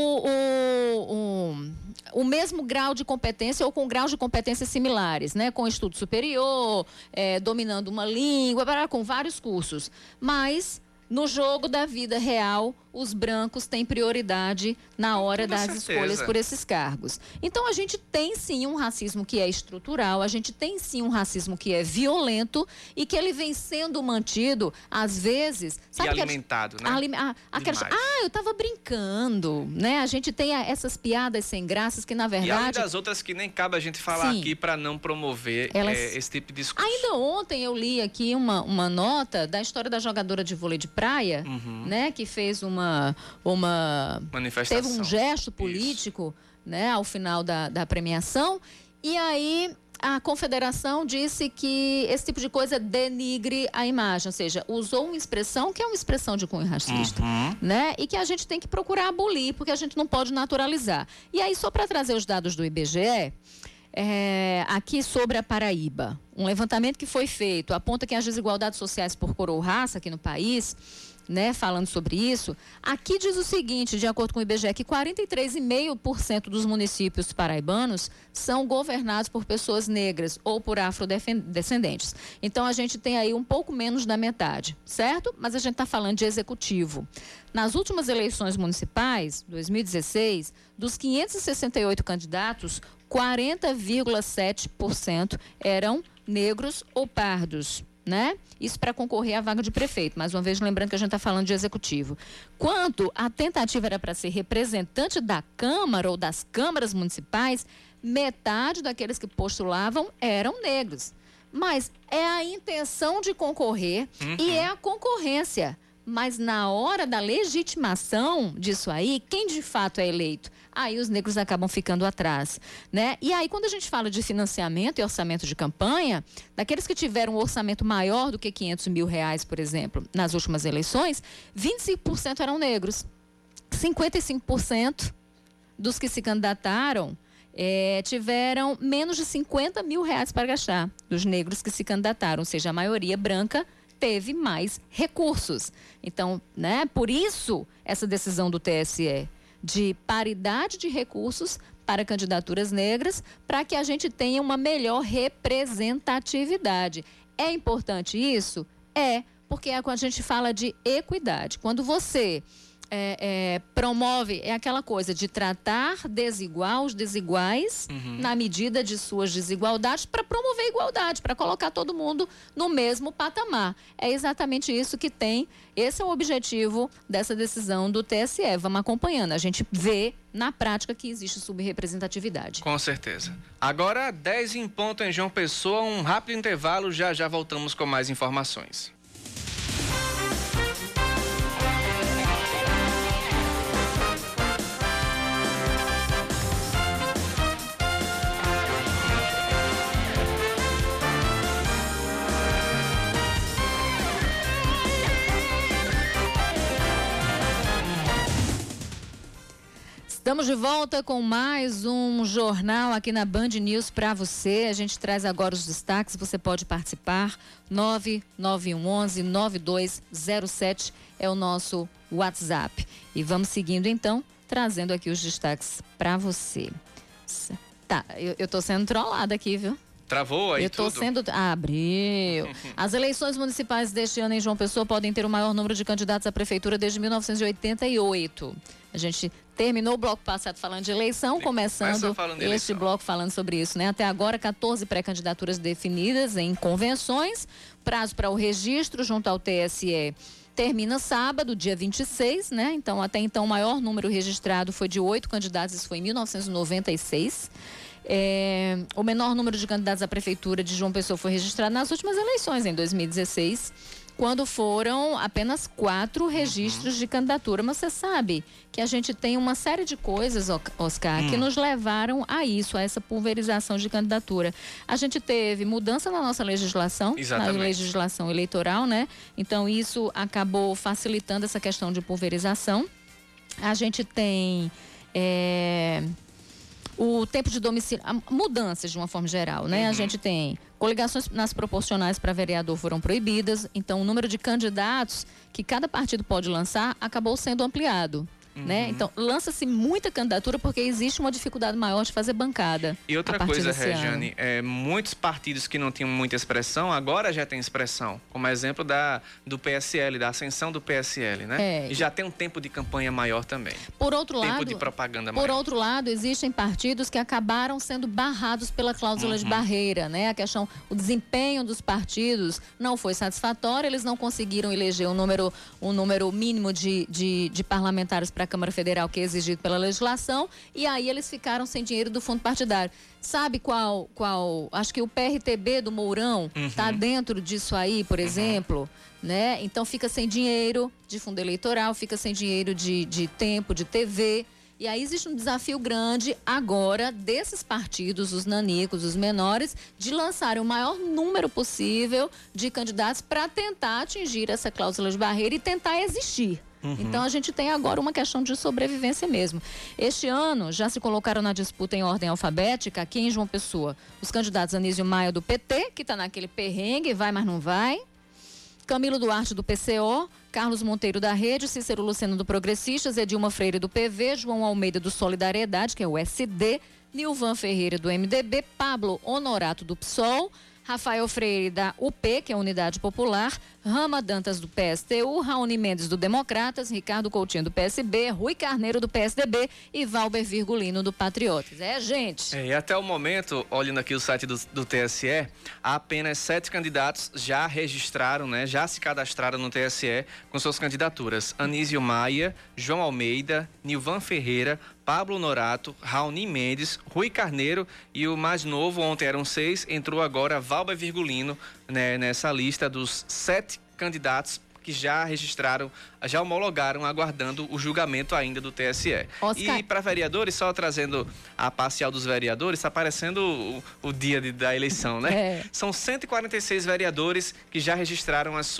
C: o mesmo grau de competência ou com graus de competência similares, né? Com estudo superior, dominando uma língua, com vários cursos. Mas, no jogo da vida real, os brancos têm prioridade na hora das escolhas por esses cargos. Então, a gente tem sim um racismo que é estrutural, a gente tem sim um racismo que é violento e que ele vem sendo mantido, às vezes...
B: Sabe, e alimentado, né?
C: Eu estava brincando, né? A gente tem essas piadas sem graças que, na verdade...
B: E além das outras que nem cabe a gente falar aqui para não promover esse tipo de discurso.
C: Ainda ontem eu li aqui uma nota da história da jogadora de vôlei de praia, né? Que fez uma manifestação. Teve um gesto político, né, ao final da premiação, e aí a confederação disse que esse tipo de coisa denigre a imagem, ou seja, usou uma expressão que é uma expressão de cunho racista, né, e que a gente tem que procurar abolir, porque a gente não pode naturalizar. E aí, só para trazer os dados do IBGE, aqui sobre a Paraíba, um levantamento que foi feito aponta que as desigualdades sociais por cor ou raça aqui no país, né, falando sobre isso, aqui diz o seguinte, de acordo com o IBGE, que 43,5% dos municípios paraibanos são governados por pessoas negras ou por afrodescendentes. Então, a gente tem aí um pouco menos da metade, certo? Mas a gente está falando de executivo. Nas últimas eleições municipais, 2016, dos 568 candidatos, 40,7% eram negros ou pardos, né? Isso para concorrer à vaga de prefeito, mais uma vez lembrando que a gente está falando de executivo. Quanto a tentativa era para ser representante da Câmara ou das câmaras municipais, metade daqueles que postulavam eram negros. Mas é a intenção de concorrer e é a concorrência. Mas na hora da legitimação disso aí, quem de fato é eleito? Aí os negros acabam ficando atrás, né? E aí, quando a gente fala de financiamento e orçamento de campanha, daqueles que tiveram um orçamento maior do que R$500 mil, por exemplo, nas últimas eleições, 25% eram negros. 55% dos que se candidataram tiveram menos de R$50 mil para gastar, dos negros que se candidataram, ou seja, a maioria branca teve mais recursos. Então, né, por isso, essa decisão do TSE de paridade de recursos para candidaturas negras, para que a gente tenha uma melhor representatividade. É importante isso? Porque quando a gente fala de equidade. Quando você promove, aquela coisa de tratar os desiguais na medida de suas desigualdades para promover igualdade, para colocar todo mundo no mesmo patamar. É exatamente isso que tem, esse é o objetivo dessa decisão do TSE. Vamos acompanhando, a gente vê na prática que existe subrepresentatividade.
B: Com certeza. Agora, 10 em ponto em João Pessoa, um rápido intervalo, já voltamos com mais informações.
C: Estamos de volta com mais um jornal aqui na Band News para você. A gente traz agora os destaques, você pode participar. 99111-9207 é o nosso WhatsApp. E vamos seguindo então, trazendo aqui os destaques para você. Tá, eu tô sendo trollada aqui, viu?
B: Travou aí tudo?
C: Eu estou sendo... Abriu. As eleições municipais deste ano em João Pessoa podem ter o maior número de candidatos à prefeitura desde 1988. A gente terminou o bloco passado falando de eleição, começando este bloco falando sobre isso, né? Até agora, 14 pré-candidaturas definidas em convenções. Prazo para o registro junto ao TSE termina sábado, dia 26, né? Então, até então, o maior número registrado foi de 8 candidatos, isso foi em 1996. O menor número de candidatos à prefeitura de João Pessoa foi registrado nas últimas eleições, em 2016. quando foram apenas 4 registros de candidatura. Mas você sabe que a gente tem uma série de coisas, Oscar, que nos levaram a isso, a essa pulverização de candidatura. A gente teve mudança na nossa legislação, na legislação eleitoral, né? Então, isso acabou facilitando essa questão de pulverização. A gente tem o tempo de domicílio, mudanças de uma forma geral, né? A gente tem coligações nas proporcionais para vereador foram proibidas, então o número de candidatos que cada partido pode lançar acabou sendo ampliado. Né? Então, lança-se muita candidatura porque existe uma dificuldade maior de fazer bancada.
B: E outra coisa, Rejane, muitos partidos que não tinham muita expressão, agora já tem expressão. Como exemplo do PSL, da ascensão do PSL, né? E já tem um tempo de campanha maior também.
C: Por outro lado,
B: tempo de propaganda maior.
C: Por outro lado, existem partidos que acabaram sendo barrados pela cláusula de barreira, né? A questão, o desempenho dos partidos não foi satisfatório, eles não conseguiram eleger um número mínimo de parlamentares para a Câmara Federal que é exigido pela legislação, e aí eles ficaram sem dinheiro do fundo partidário. Sabe qual? Acho que o PRTB do Mourão está dentro disso aí, por exemplo, né? Então fica sem dinheiro de fundo eleitoral, fica sem dinheiro de tempo, de TV. E aí existe um desafio grande agora desses partidos, os nanicos, os menores, de lançarem o maior número possível de candidatos para tentar atingir essa cláusula de barreira e tentar existir. Então, a gente tem agora uma questão de sobrevivência mesmo. Este ano, já se colocaram na disputa em ordem alfabética, aqui em João Pessoa, os candidatos Anísio Maia do PT, que está naquele perrengue, vai, mas não vai. Camilo Duarte do PCO, Carlos Monteiro da Rede, Cícero Luceno do Progressistas, Edilma Freire do PV, João Almeida do Solidariedade, que é o SD, Nilvan Ferreira do MDB, Pablo Honorato do PSOL, Rafael Freire da UP, que é a Unidade Popular, Rama Dantas do PSTU, Raoni Mendes do Democratas, Ricardo Coutinho do PSB, Rui Carneiro do PSDB e Valber Virgulino do Patriotas. Gente.
B: E até o momento, olhando aqui o site do TSE, há apenas 7 candidatos já registraram, né? Já se cadastraram no TSE com suas candidaturas. Anísio Maia, João Almeida, Nilvan Ferreira, Pablo Honorato, Raoni Mendes, Rui Carneiro e o mais novo, ontem eram 6, entrou agora Valber Virgulino, né, nessa lista dos 7 candidatos que já registraram, já homologaram, aguardando o julgamento ainda do TSE. Oscar. E para vereadores, só trazendo a parcial dos vereadores, está aparecendo o dia da eleição, né? São 146 vereadores que já registraram os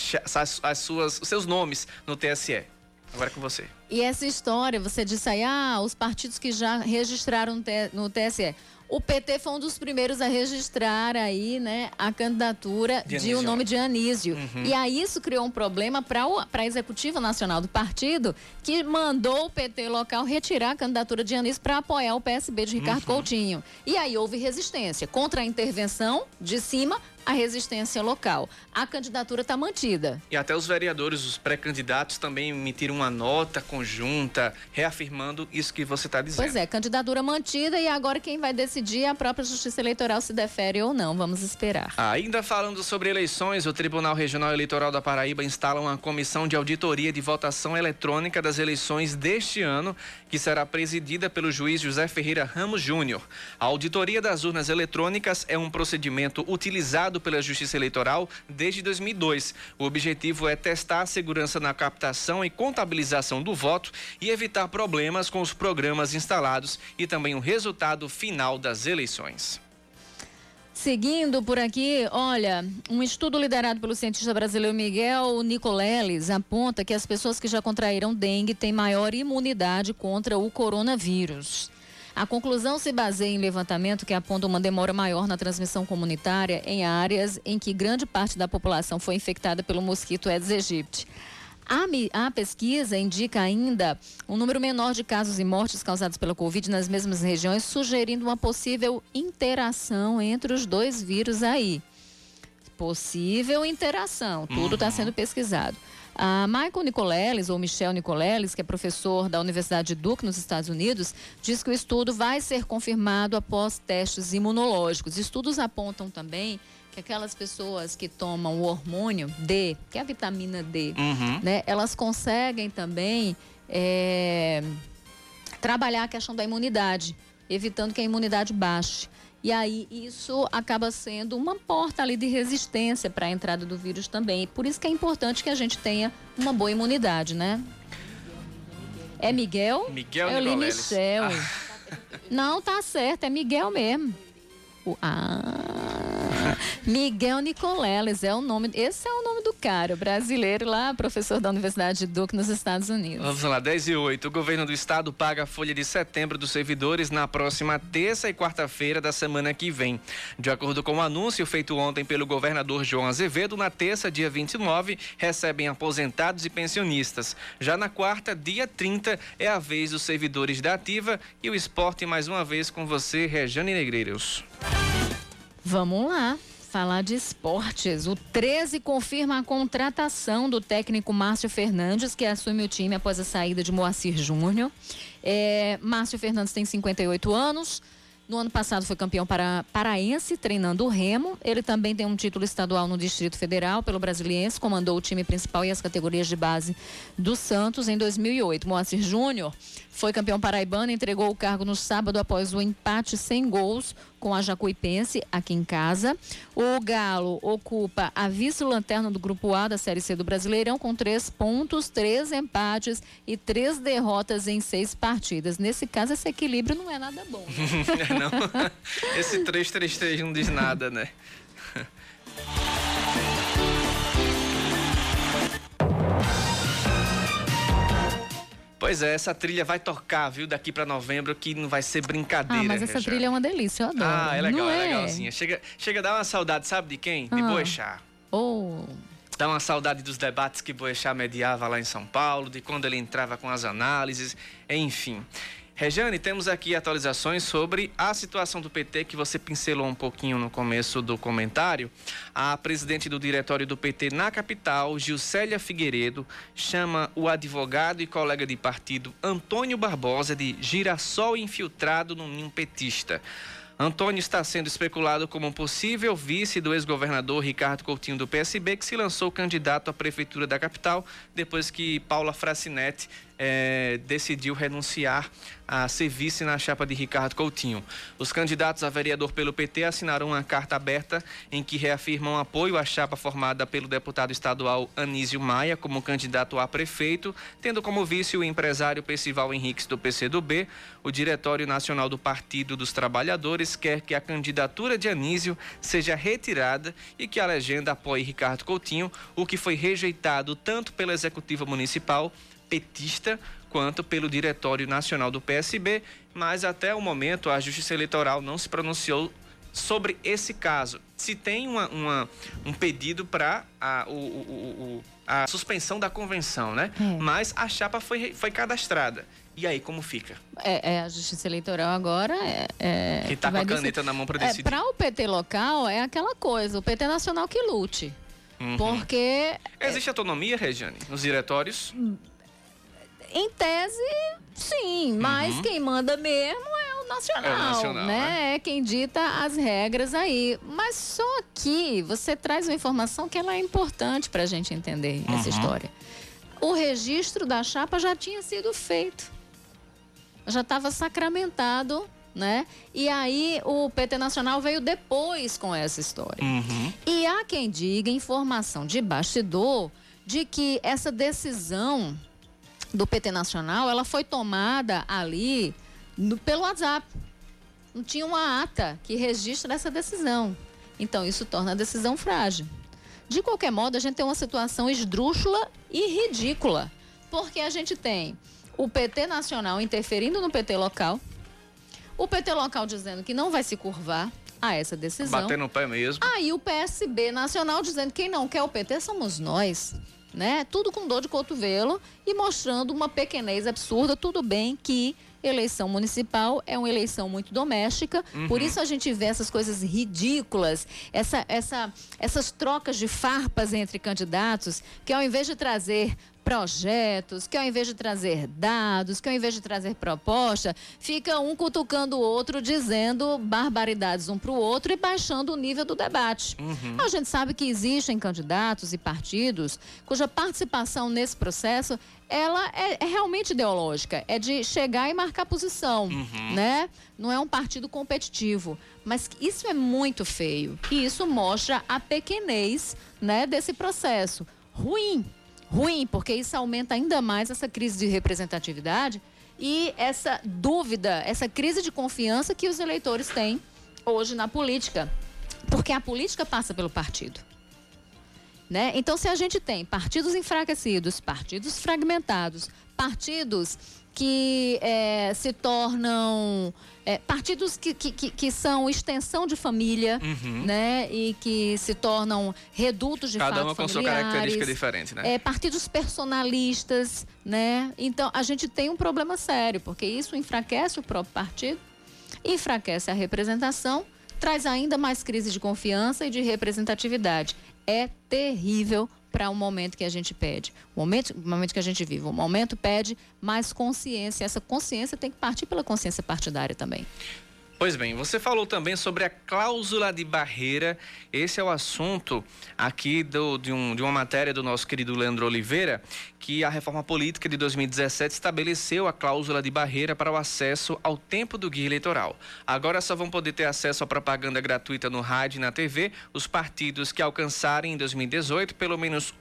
B: seus nomes no TSE. Agora é com você.
C: E essa história, você disse aí, os partidos que já registraram no TSE. O PT foi um dos primeiros a registrar aí, né, a candidatura de o nome de Anísio. E aí isso criou um problema para a Executiva Nacional do Partido, que mandou o PT local retirar a candidatura de Anísio para apoiar o PSB de Ricardo Coutinho. E aí houve resistência contra a intervenção de cima, a resistência local. A candidatura está mantida.
B: E até os vereadores, os pré-candidatos também emitiram uma nota conjunta, reafirmando isso que você está dizendo.
C: Pois é, candidatura mantida e agora quem vai decidir é a própria Justiça Eleitoral se defere ou não. Vamos esperar.
B: Ainda falando sobre eleições, o Tribunal Regional Eleitoral da Paraíba instala uma comissão de auditoria de votação eletrônica das eleições deste ano, que será presidida pelo juiz José Ferreira Ramos Júnior. A auditoria das urnas eletrônicas é um procedimento utilizado pela Justiça Eleitoral desde 2002. O objetivo é testar a segurança na captação e contabilização do voto e evitar problemas com os programas instalados e também o resultado final das eleições.
C: Seguindo por aqui, olha, um estudo liderado pelo cientista brasileiro Miguel Nicoleles aponta que as pessoas que já contraíram dengue têm maior imunidade contra o coronavírus. A conclusão se baseia em levantamento que aponta uma demora maior na transmissão comunitária em áreas em que grande parte da população foi infectada pelo mosquito Aedes aegypti. A pesquisa indica ainda um número menor de casos e mortes causados pela Covid nas mesmas regiões, sugerindo uma possível interação entre os dois vírus aí. Possível interação, tudo está sendo pesquisado. A Michael Nicoleles, ou Michel Nicoleles, que é professor da Universidade de Duke, nos Estados Unidos, diz que o estudo vai ser confirmado após testes imunológicos. Estudos apontam também que aquelas pessoas que tomam o hormônio D, que é a vitamina D, né, elas conseguem também trabalhar a questão da imunidade, evitando que a imunidade baixe. E aí isso acaba sendo uma porta ali de resistência para a entrada do vírus também. Por isso que é importante que a gente tenha uma boa imunidade, né? É Miguel?
B: Miguel
C: Eu li
B: Nicoleles.
C: Michel. Não, tá certo, é Miguel mesmo. Miguel Nicoleles é o nome, esse é o nome do cara, brasileiro lá, professor da Universidade de Duke nos Estados Unidos.
B: Vamos lá, 10:08. O governo do estado paga a folha de setembro dos servidores na próxima terça e quarta-feira da semana que vem. De acordo com o anúncio feito ontem pelo governador João Azevedo, na terça, dia 29, recebem aposentados e pensionistas. Já na quarta, dia 30, é a vez dos servidores da ativa e o esporte mais uma vez com você, Rejane Negreiros.
C: Vamos lá, falar de esportes. O 13 confirma a contratação do técnico Márcio Fernandes, que assume o time após a saída de Moacir Júnior. Márcio Fernandes tem 58 anos. No ano passado foi campeão paraense, treinando o Remo. Ele também tem um título estadual no Distrito Federal pelo Brasiliense, comandou o time principal e as categorias de base do Santos em 2008. Moacir Júnior foi campeão paraibano e entregou o cargo no sábado após o empate sem gols com a Jacuipense aqui em casa. O Galo ocupa a vice-lanterna do Grupo A da Série C do Brasileirão com 3 pontos, 3 empates e 3 derrotas em 6 partidas. Nesse caso, esse equilíbrio não é nada bom, né?
B: Não, esse 3-3-3 não diz nada, né? Pois é, essa trilha vai tocar, viu, daqui pra novembro, que não vai ser brincadeira.
C: Mas essa trilha é uma delícia, eu adoro.
B: É legal,
C: não
B: é legalzinha. Chega a dar uma saudade, sabe de quem? De Boechat. Dá uma saudade dos debates que Boechat mediava lá em São Paulo, de quando ele entrava com as análises, enfim. Rejane, temos aqui atualizações sobre a situação do PT que você pincelou um pouquinho no começo do comentário. A presidente do diretório do PT na capital, Gilcélia Figueiredo, chama o advogado e colega de partido Antônio Barbosa de girassol infiltrado no ninho petista. Antônio está sendo especulado como um possível vice do ex-governador Ricardo Coutinho do PSB, que se lançou candidato à prefeitura da capital depois que Paula Fracinetti decidiu renunciar a ser vice na chapa de Ricardo Coutinho. Os candidatos a vereador pelo PT assinaram uma carta aberta em que reafirmam apoio à chapa formada pelo deputado estadual Anísio Maia como candidato a prefeito, tendo como vice o empresário Percival Henriques do PCdoB. O Diretório Nacional do Partido dos Trabalhadores quer que a candidatura de Anísio seja retirada e que a legenda apoie Ricardo Coutinho, o que foi rejeitado tanto pela Executiva Municipal petista quanto pelo Diretório Nacional do PSB, mas até o momento a Justiça Eleitoral não se pronunciou sobre esse caso. Se tem um pedido para a suspensão da convenção, né? Mas a chapa foi cadastrada. E aí, como fica?
C: A Justiça Eleitoral agora
B: que tá com a caneta na mão para decidir.
C: Para o PT local, é aquela coisa, o PT nacional que lute. Porque...
B: Existe autonomia, Rejane, nos diretórios?
C: Em tese, sim, mas quem manda mesmo é o nacional, né? É quem dita as regras aí. Mas só que você traz uma informação que ela é importante para a gente entender essa história. O registro da chapa já tinha sido feito. Já estava sacramentado, né? E aí o PT Nacional veio depois com essa história. E há quem diga, informação de bastidor, de que essa decisão do PT Nacional, ela foi tomada ali pelo WhatsApp. Não tinha uma ata que registra essa decisão. Então, isso torna a decisão frágil. De qualquer modo, a gente tem uma situação esdrúxula e ridícula. Porque a gente tem o PT Nacional interferindo no PT local, o PT local dizendo que não vai se curvar a essa decisão.
B: Bater no pé mesmo.
C: Aí o PSB Nacional dizendo que quem não quer o PT somos nós. Né? Tudo com dor de cotovelo e mostrando uma pequenez absurda. Tudo bem que eleição municipal é uma eleição muito doméstica, por isso a gente vê essas coisas ridículas, essas trocas de farpas entre candidatos, que ao invés de trazer projetos, que ao invés de trazer dados, que ao invés de trazer proposta, fica um cutucando o outro, dizendo barbaridades um para o outro e baixando o nível do debate. A gente sabe que existem candidatos e partidos cuja participação nesse processo ela é realmente ideológica, é de chegar e marcar posição, né? Não é um partido competitivo, mas isso é muito feio e isso mostra a pequenez, né, desse processo. Ruim, porque isso aumenta ainda mais essa crise de representatividade e essa dúvida, essa crise de confiança que os eleitores têm hoje na política, porque a política passa pelo partido. Né? Então, se a gente tem partidos enfraquecidos, partidos fragmentados, partidos que se tornam... partidos que são extensão de família, né? E que se tornam redutos de fato familiares.
B: Cada uma com sua característica diferente, né?
C: Partidos personalistas, né? Então, a gente tem um problema sério, porque isso enfraquece o próprio partido, enfraquece a representação, traz ainda mais crise de confiança e de representatividade. É terrível para o momento que a gente pede. O momento que a gente vive. O momento pede mais consciência. Essa consciência tem que partir pela consciência partidária também.
B: Pois bem, você falou também sobre a cláusula de barreira. Esse é o assunto aqui de uma matéria do nosso querido Leandro Oliveira, que a reforma política de 2017 estabeleceu a cláusula de barreira para o acesso ao tempo do guia eleitoral. Agora só vão poder ter acesso à propaganda gratuita no rádio e na TV os partidos que alcançarem em 2018 pelo menos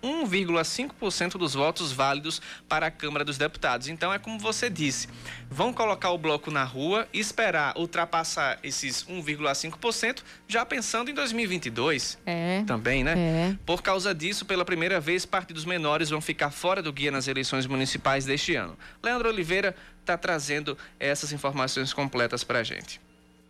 B: 1,5% dos votos válidos para a Câmara dos Deputados. Então é como você disse, vão colocar o bloco na rua e esperar ultrapassar esses 1,5%, já pensando em 2022 também, né? Por causa disso, pela primeira vez, partidos menores vão ficar fora do guia nas eleições municipais deste ano. Leandro Oliveira está trazendo essas informações completas para a gente.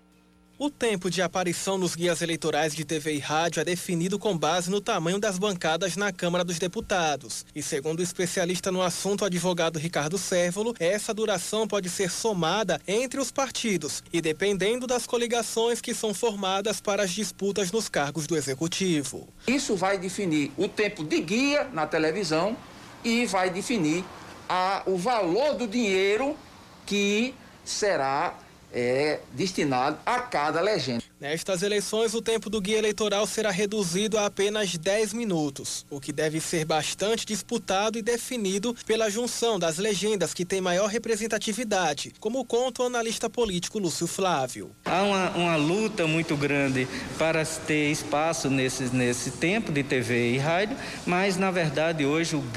F: O tempo de aparição nos guias eleitorais de TV e rádio é definido com base no tamanho das bancadas na Câmara dos Deputados. E segundo o especialista no assunto, o advogado Ricardo Cérvolo, essa duração pode ser somada entre os partidos e dependendo das coligações que são formadas para as disputas nos cargos do Executivo.
G: Isso vai definir o tempo de guia na televisão e vai definir o valor do dinheiro que será destinado a cada legenda.
F: Nestas eleições, o tempo do guia eleitoral será reduzido a apenas 10 minutos, o que deve ser bastante disputado e definido pela junção das legendas que têm maior representatividade, como conta o analista político Lúcio Flávio.
H: Há uma luta muito grande para ter espaço nesse tempo de TV e rádio, mas na verdade hoje o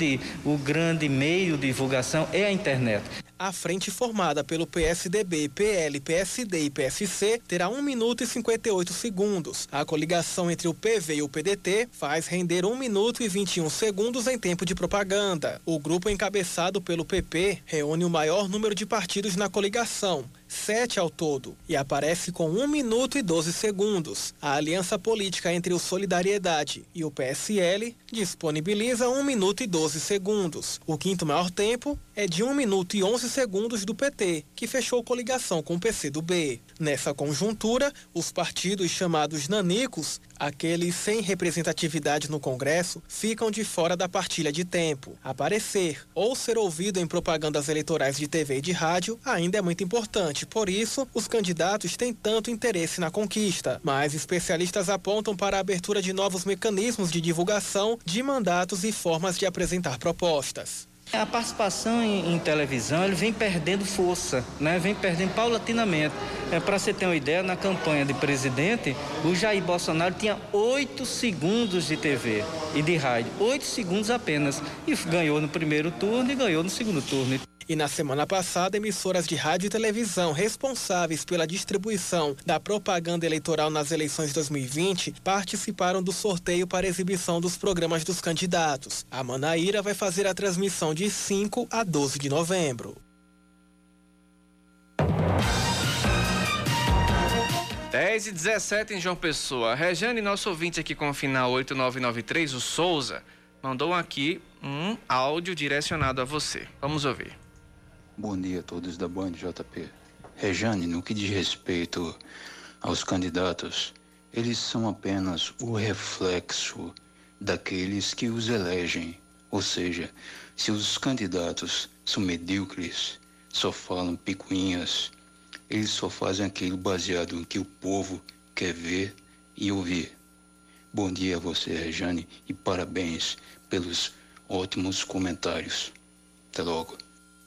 H: grande meio de divulgação é a internet.
F: A frente formada pelo PSDB, PL, PSD e PSC terá 1 minuto e 58 segundos. A coligação entre o PV e o PDT faz render 1 minuto e 21 segundos em tempo de propaganda. O grupo encabeçado pelo PP reúne o maior número de partidos na coligação, 7 ao todo, e aparece com 1 minuto e 12 segundos. A aliança política entre o Solidariedade e o PSL disponibiliza 1 minuto e 12 segundos. O quinto maior tempo é de 1 minuto e 11 segundos do PT, que fechou coligação com o PCdoB. Nessa conjuntura, os partidos chamados nanicos, aqueles sem representatividade no Congresso, ficam de fora da partilha de tempo. Aparecer ou ser ouvido em propagandas eleitorais de TV e de rádio ainda é muito importante. Por isso, os candidatos têm tanto interesse na conquista. Mas especialistas apontam para a abertura de novos mecanismos de divulgação de mandatos e formas de apresentar propostas.
H: A participação em televisão ele vem perdendo força, né? Vem perdendo paulatinamente. Para você ter uma ideia, na campanha de presidente, o Jair Bolsonaro tinha 8 segundos de TV e de rádio, 8 segundos apenas. E ganhou no primeiro turno e ganhou no segundo turno.
F: E na semana passada, emissoras de rádio e televisão responsáveis pela distribuição da propaganda eleitoral nas eleições de 2020 participaram do sorteio para exibição dos programas dos candidatos. A Manaíra vai fazer a transmissão de 5 a 12 de novembro.
B: 10h17 em João Pessoa. Rejane, nosso ouvinte aqui com o final 8993, o Souza, mandou aqui um áudio direcionado a você. Vamos ouvir.
I: Bom dia a todos da Band JP. Rejane, no que diz respeito aos candidatos, eles são apenas o reflexo daqueles que os elegem. Ou seja, se os candidatos são medíocres, só falam picuinhas, eles só fazem aquilo baseado em que o povo quer ver e ouvir. Bom dia a você, Rejane, e parabéns pelos ótimos comentários. Até logo.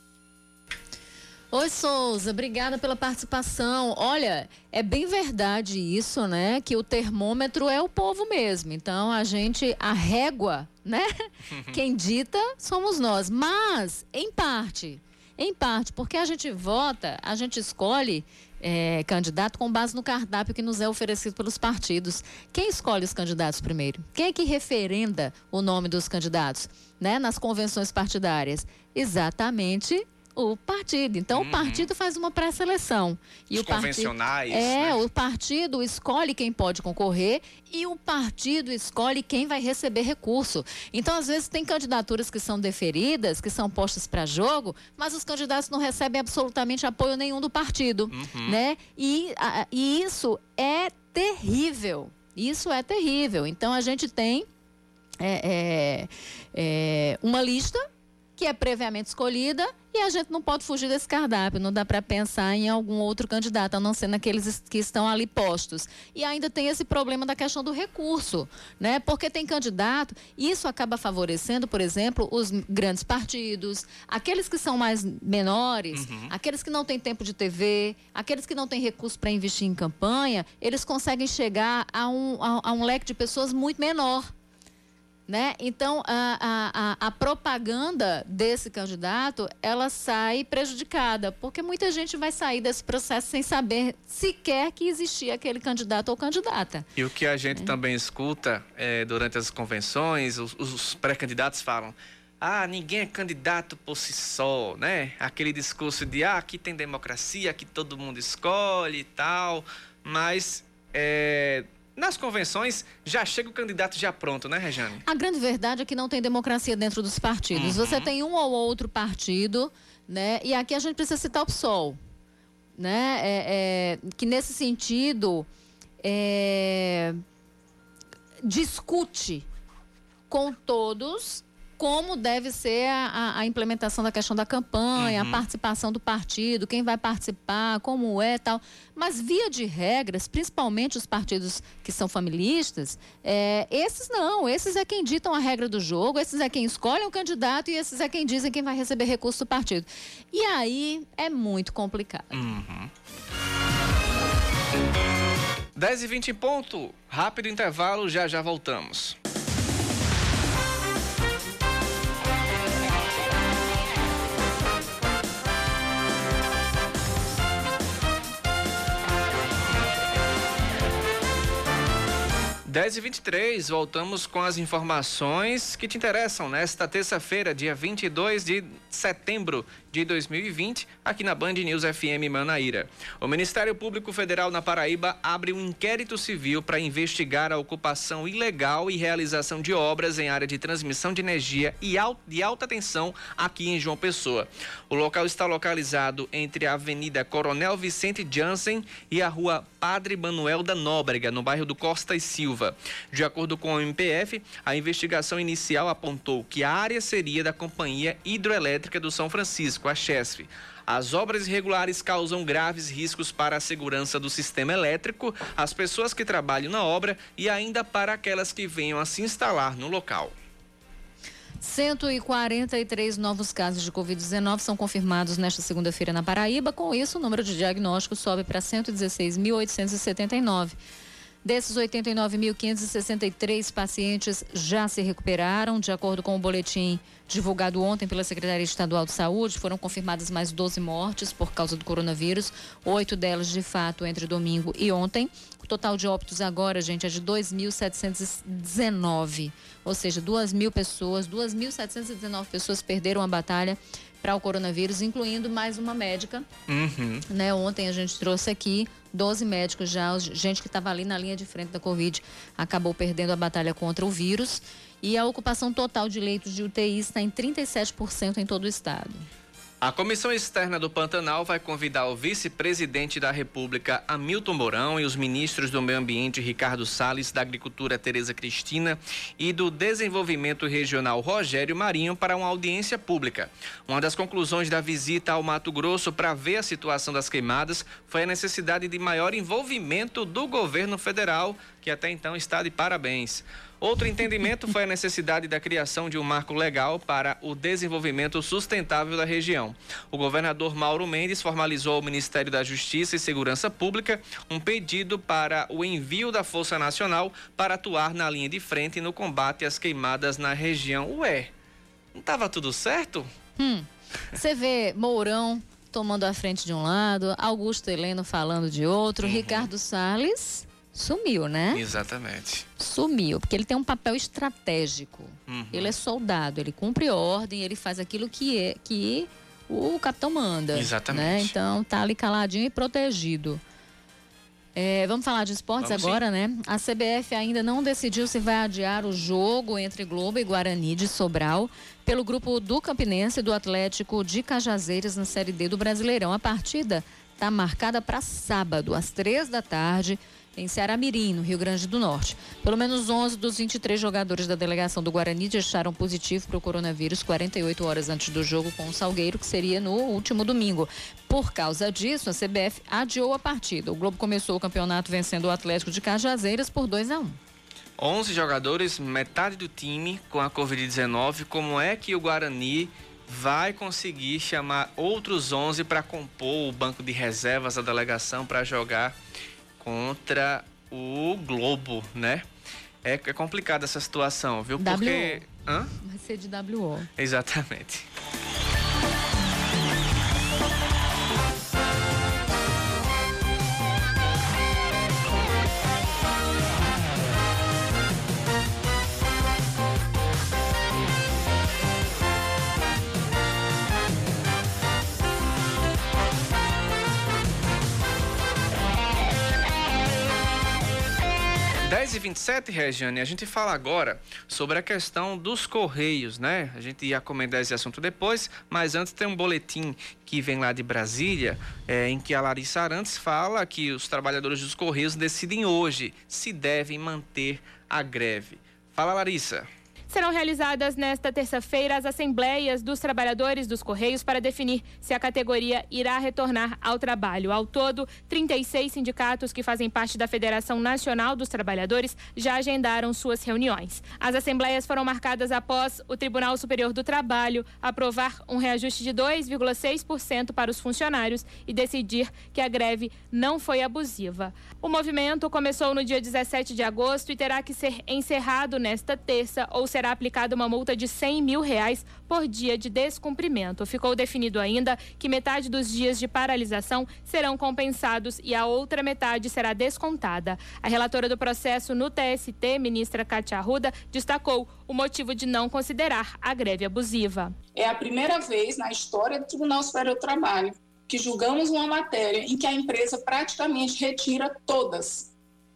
C: Oi, Souza, obrigada pela participação. Olha, é bem verdade isso, né? Que o termômetro é o povo mesmo. Então, a régua, né? Quem dita somos nós. Mas, em parte, porque a gente vota, a gente escolhe candidato com base no cardápio que nos é oferecido pelos partidos. Quem escolhe os candidatos primeiro? Quem é que referenda o nome dos candidatos, né? Nas convenções partidárias? Exatamente o partido. Então, o partido faz uma pré-seleção. E
B: os convencionais, né?
C: O partido escolhe quem pode concorrer e o partido escolhe quem vai receber recurso. Então, às vezes, tem candidaturas que são deferidas, que são postas para jogo, mas os candidatos não recebem absolutamente apoio nenhum do partido, né? E isso é terrível. Isso é terrível. Então, a gente tem uma lista que é previamente escolhida e a gente não pode fugir desse cardápio, não dá para pensar em algum outro candidato, a não ser naqueles que estão ali postos. E ainda tem esse problema da questão do recurso, né? Porque tem candidato, isso acaba favorecendo, por exemplo, os grandes partidos, aqueles que são mais menores, aqueles que não têm tempo de TV, aqueles que não têm recurso para investir em campanha, eles conseguem chegar a um leque de pessoas muito menor. Né? Então, a propaganda desse candidato, ela sai prejudicada, porque muita gente vai sair desse processo sem saber sequer que existia aquele candidato ou candidata.
B: E o que a gente também escuta durante as convenções, os pré-candidatos falam: ninguém é candidato por si só, né? Aquele discurso de, aqui tem democracia, aqui todo mundo escolhe e tal, mas nas convenções já chega o candidato já pronto, né, Rejane? A
C: grande verdade é que não tem democracia dentro dos partidos. Você tem um ou outro partido, né? E aqui a gente precisa citar o PSOL, né? Que nesse sentido discute com todos como deve ser a implementação da questão da campanha, a participação do partido, quem vai participar, como é, tal. Mas, via de regras, principalmente os partidos que são familistas, esses é quem ditam a regra do jogo, esses é quem escolhem o candidato e esses é quem dizem quem vai receber recurso do partido. E aí é muito complicado.
B: 10h20 em ponto. Rápido intervalo, já voltamos. Dez e 23, voltamos com as informações que te interessam nesta terça-feira, dia 22 de setembro de 2020, aqui na Band News FM Manaíra. O Ministério Público Federal na Paraíba abre um inquérito civil para investigar a ocupação ilegal e realização de obras em área de transmissão de energia e de alta tensão aqui em João Pessoa. O local está localizado entre a Avenida Coronel Vicente Jansen e a Rua Padre Manuel da Nóbrega, no bairro do Costa e Silva. De acordo com o MPF, a investigação inicial apontou que a área seria da Companhia Hidroelétrica do São Francisco, a CHESF. As obras irregulares causam graves riscos para a segurança do sistema elétrico, as pessoas que trabalham na obra e ainda para aquelas que venham a se instalar no local.
C: 143 novos casos de Covid-19 são confirmados nesta segunda-feira na Paraíba. Com isso, o número de diagnósticos sobe para 116.879. Desses, 89.563 pacientes já se recuperaram. De acordo com o boletim divulgado ontem pela Secretaria Estadual de Saúde, foram confirmadas mais 12 mortes por causa do coronavírus, 8 delas de fato entre domingo e ontem. O total de óbitos agora, gente, é de 2.719, ou seja, 2.719 pessoas perderam a batalha para o coronavírus, incluindo mais uma médica. Né? Ontem a gente trouxe aqui 12 médicos já, gente que estava ali na linha de frente da Covid, acabou perdendo a batalha contra o vírus. E a ocupação total de leitos de UTI está em 37% em todo o estado.
B: A Comissão Externa do Pantanal vai convidar o vice-presidente da República, Hamilton Mourão, e os ministros do Meio Ambiente, Ricardo Salles, da Agricultura, Tereza Cristina, e do Desenvolvimento Regional, Rogério Marinho, para uma audiência pública. Uma das conclusões da visita ao Mato Grosso para ver a situação das queimadas foi a necessidade de maior envolvimento do governo federal que até então está de parabéns. Outro entendimento foi a necessidade da criação de um marco legal para o desenvolvimento sustentável da região. O governador Mauro Mendes formalizou ao Ministério da Justiça e Segurança Pública um pedido para o envio da Força Nacional para atuar na linha de frente no combate às queimadas na região. Ué, não estava tudo certo?
C: Você vê Mourão tomando a frente de um lado, Augusto Heleno falando de outro, Ricardo Salles sumiu, né?
B: Exatamente.
C: Sumiu, porque ele tem um papel estratégico. Ele é soldado, ele cumpre ordem, ele faz aquilo que o capitão manda.
B: Exatamente.
C: Né? Então tá ali caladinho e protegido. Vamos falar de esportes agora, né? A CBF ainda não decidiu se vai adiar o jogo entre Globo e Guarani de Sobral pelo grupo do Campinense e do Atlético de Cajazeiras na Série D do Brasileirão. A partida está marcada para sábado, às 15h, em Ceará-Mirim, no Rio Grande do Norte. Pelo menos 11 dos 23 jogadores da delegação do Guarani deixaram positivo para o coronavírus 48 horas antes do jogo com o Salgueiro, que seria no último domingo. Por causa disso, a CBF adiou a partida. O Globo começou o campeonato vencendo o Atlético de Cajazeiras por 2-1.
B: 11 jogadores, metade do time com a Covid-19. Como é que o Guarani vai conseguir chamar outros 11 para compor o banco de reservas da delegação para jogar contra o Globo, né? É complicada essa situação, viu? Porque...
C: Vai ser de WO.
B: Exatamente. e 27, Regiane, a gente fala agora sobre a questão dos Correios, né? A gente ia comentar esse assunto depois, mas antes tem um boletim que vem lá de Brasília, em que a Larissa Arantes fala que os trabalhadores dos Correios decidem hoje se devem manter a greve. Fala, Larissa.
J: Serão realizadas nesta terça-feira as assembleias dos trabalhadores dos Correios para definir se a categoria irá retornar ao trabalho. Ao todo, 36 sindicatos que fazem parte da Federação Nacional dos Trabalhadores já agendaram suas reuniões. As assembleias foram marcadas após o Tribunal Superior do Trabalho aprovar um reajuste de 2,6% para os funcionários e decidir que a greve não foi abusiva. O movimento começou no dia 17 de agosto e terá que ser encerrado nesta terça ou será aplicada uma multa de R$100 mil por dia de descumprimento. Ficou definido ainda que metade dos dias de paralisação serão compensados e a outra metade será descontada. A relatora do processo no TST, ministra Kátia Arruda, destacou o motivo de não considerar a greve abusiva.
K: É a primeira vez na história do Tribunal Superior do Trabalho que julgamos uma matéria em que a empresa praticamente retira todas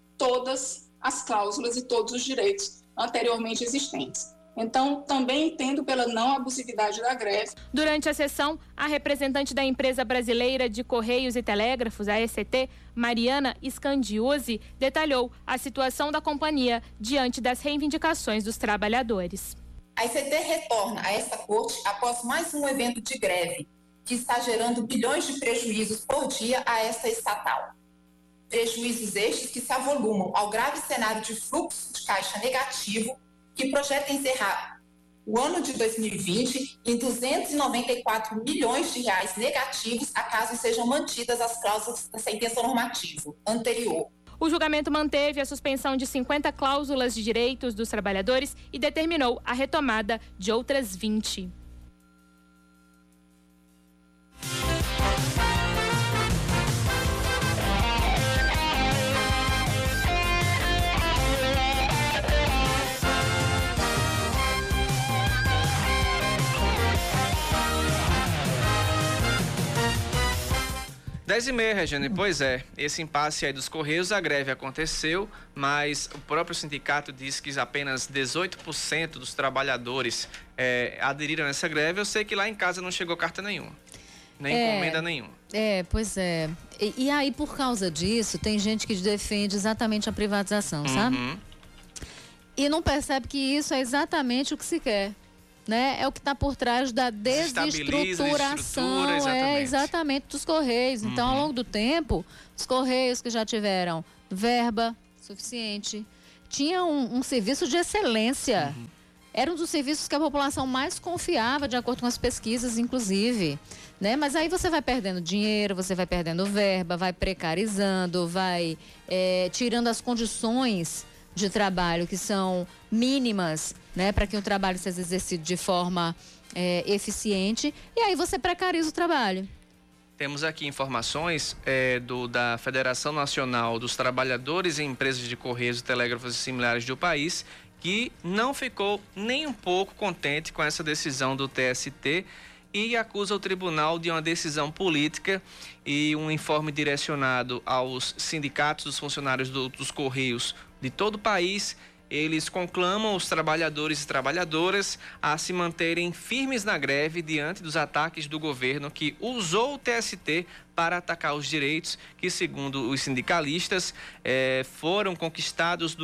K: as cláusulas e todos os direitos anteriormente existentes. Então, também entendo pela não abusividade da greve.
J: Durante a sessão, a representante da Empresa Brasileira de Correios e Telégrafos, a ECT, Mariana Scandiuzzi, detalhou a situação da companhia diante das reivindicações dos trabalhadores.
L: A ECT retorna a esta corte após mais um evento de greve, que está gerando bilhões de prejuízos por dia a esta estatal. Prejuízos estes que se avolumam ao grave cenário de fluxo de caixa negativo que projeta encerrar o ano de 2020 em R$294 milhões negativos, a caso sejam mantidas as cláusulas da sentença normativa anterior.
J: O julgamento manteve a suspensão de 50 cláusulas de direitos dos trabalhadores e determinou a retomada de outras 20.
B: Dez e meia, Regiane, pois é, esse impasse aí dos Correios, a greve aconteceu, mas o próprio sindicato disse que apenas 18% dos trabalhadores aderiram a essa greve. Eu sei que lá em casa não chegou carta nenhuma, nem encomenda nenhuma.
C: Pois é. E aí, por causa disso, tem gente que defende exatamente a privatização, sabe? E não percebe que isso é exatamente o que se quer. Né? É o que está por trás da desestruturação exatamente dos Correios. Então, ao longo do tempo, os Correios que já tiveram verba, suficiente. Tinha um serviço de excelência. Era um dos serviços que a população mais confiava, de acordo com as pesquisas, inclusive. Né? Mas aí você vai perdendo dinheiro, você vai perdendo verba, vai precarizando, vai tirando as condições de trabalho que são mínimas, né, para que o trabalho seja exercido de forma eficiente. E aí você precariza o trabalho.
B: Temos aqui informações da Federação Nacional dos Trabalhadores em Empresas de Correios e Telégrafos e Similares do país, que não ficou nem um pouco contente com essa decisão do TST e acusa o tribunal de uma decisão política. E um informe direcionado aos sindicatos dos funcionários dos Correios de todo o país, eles conclamam os trabalhadores e trabalhadoras a se manterem firmes na greve diante dos ataques do governo, que usou o TST para atacar os direitos que, segundo os sindicalistas, foram conquistados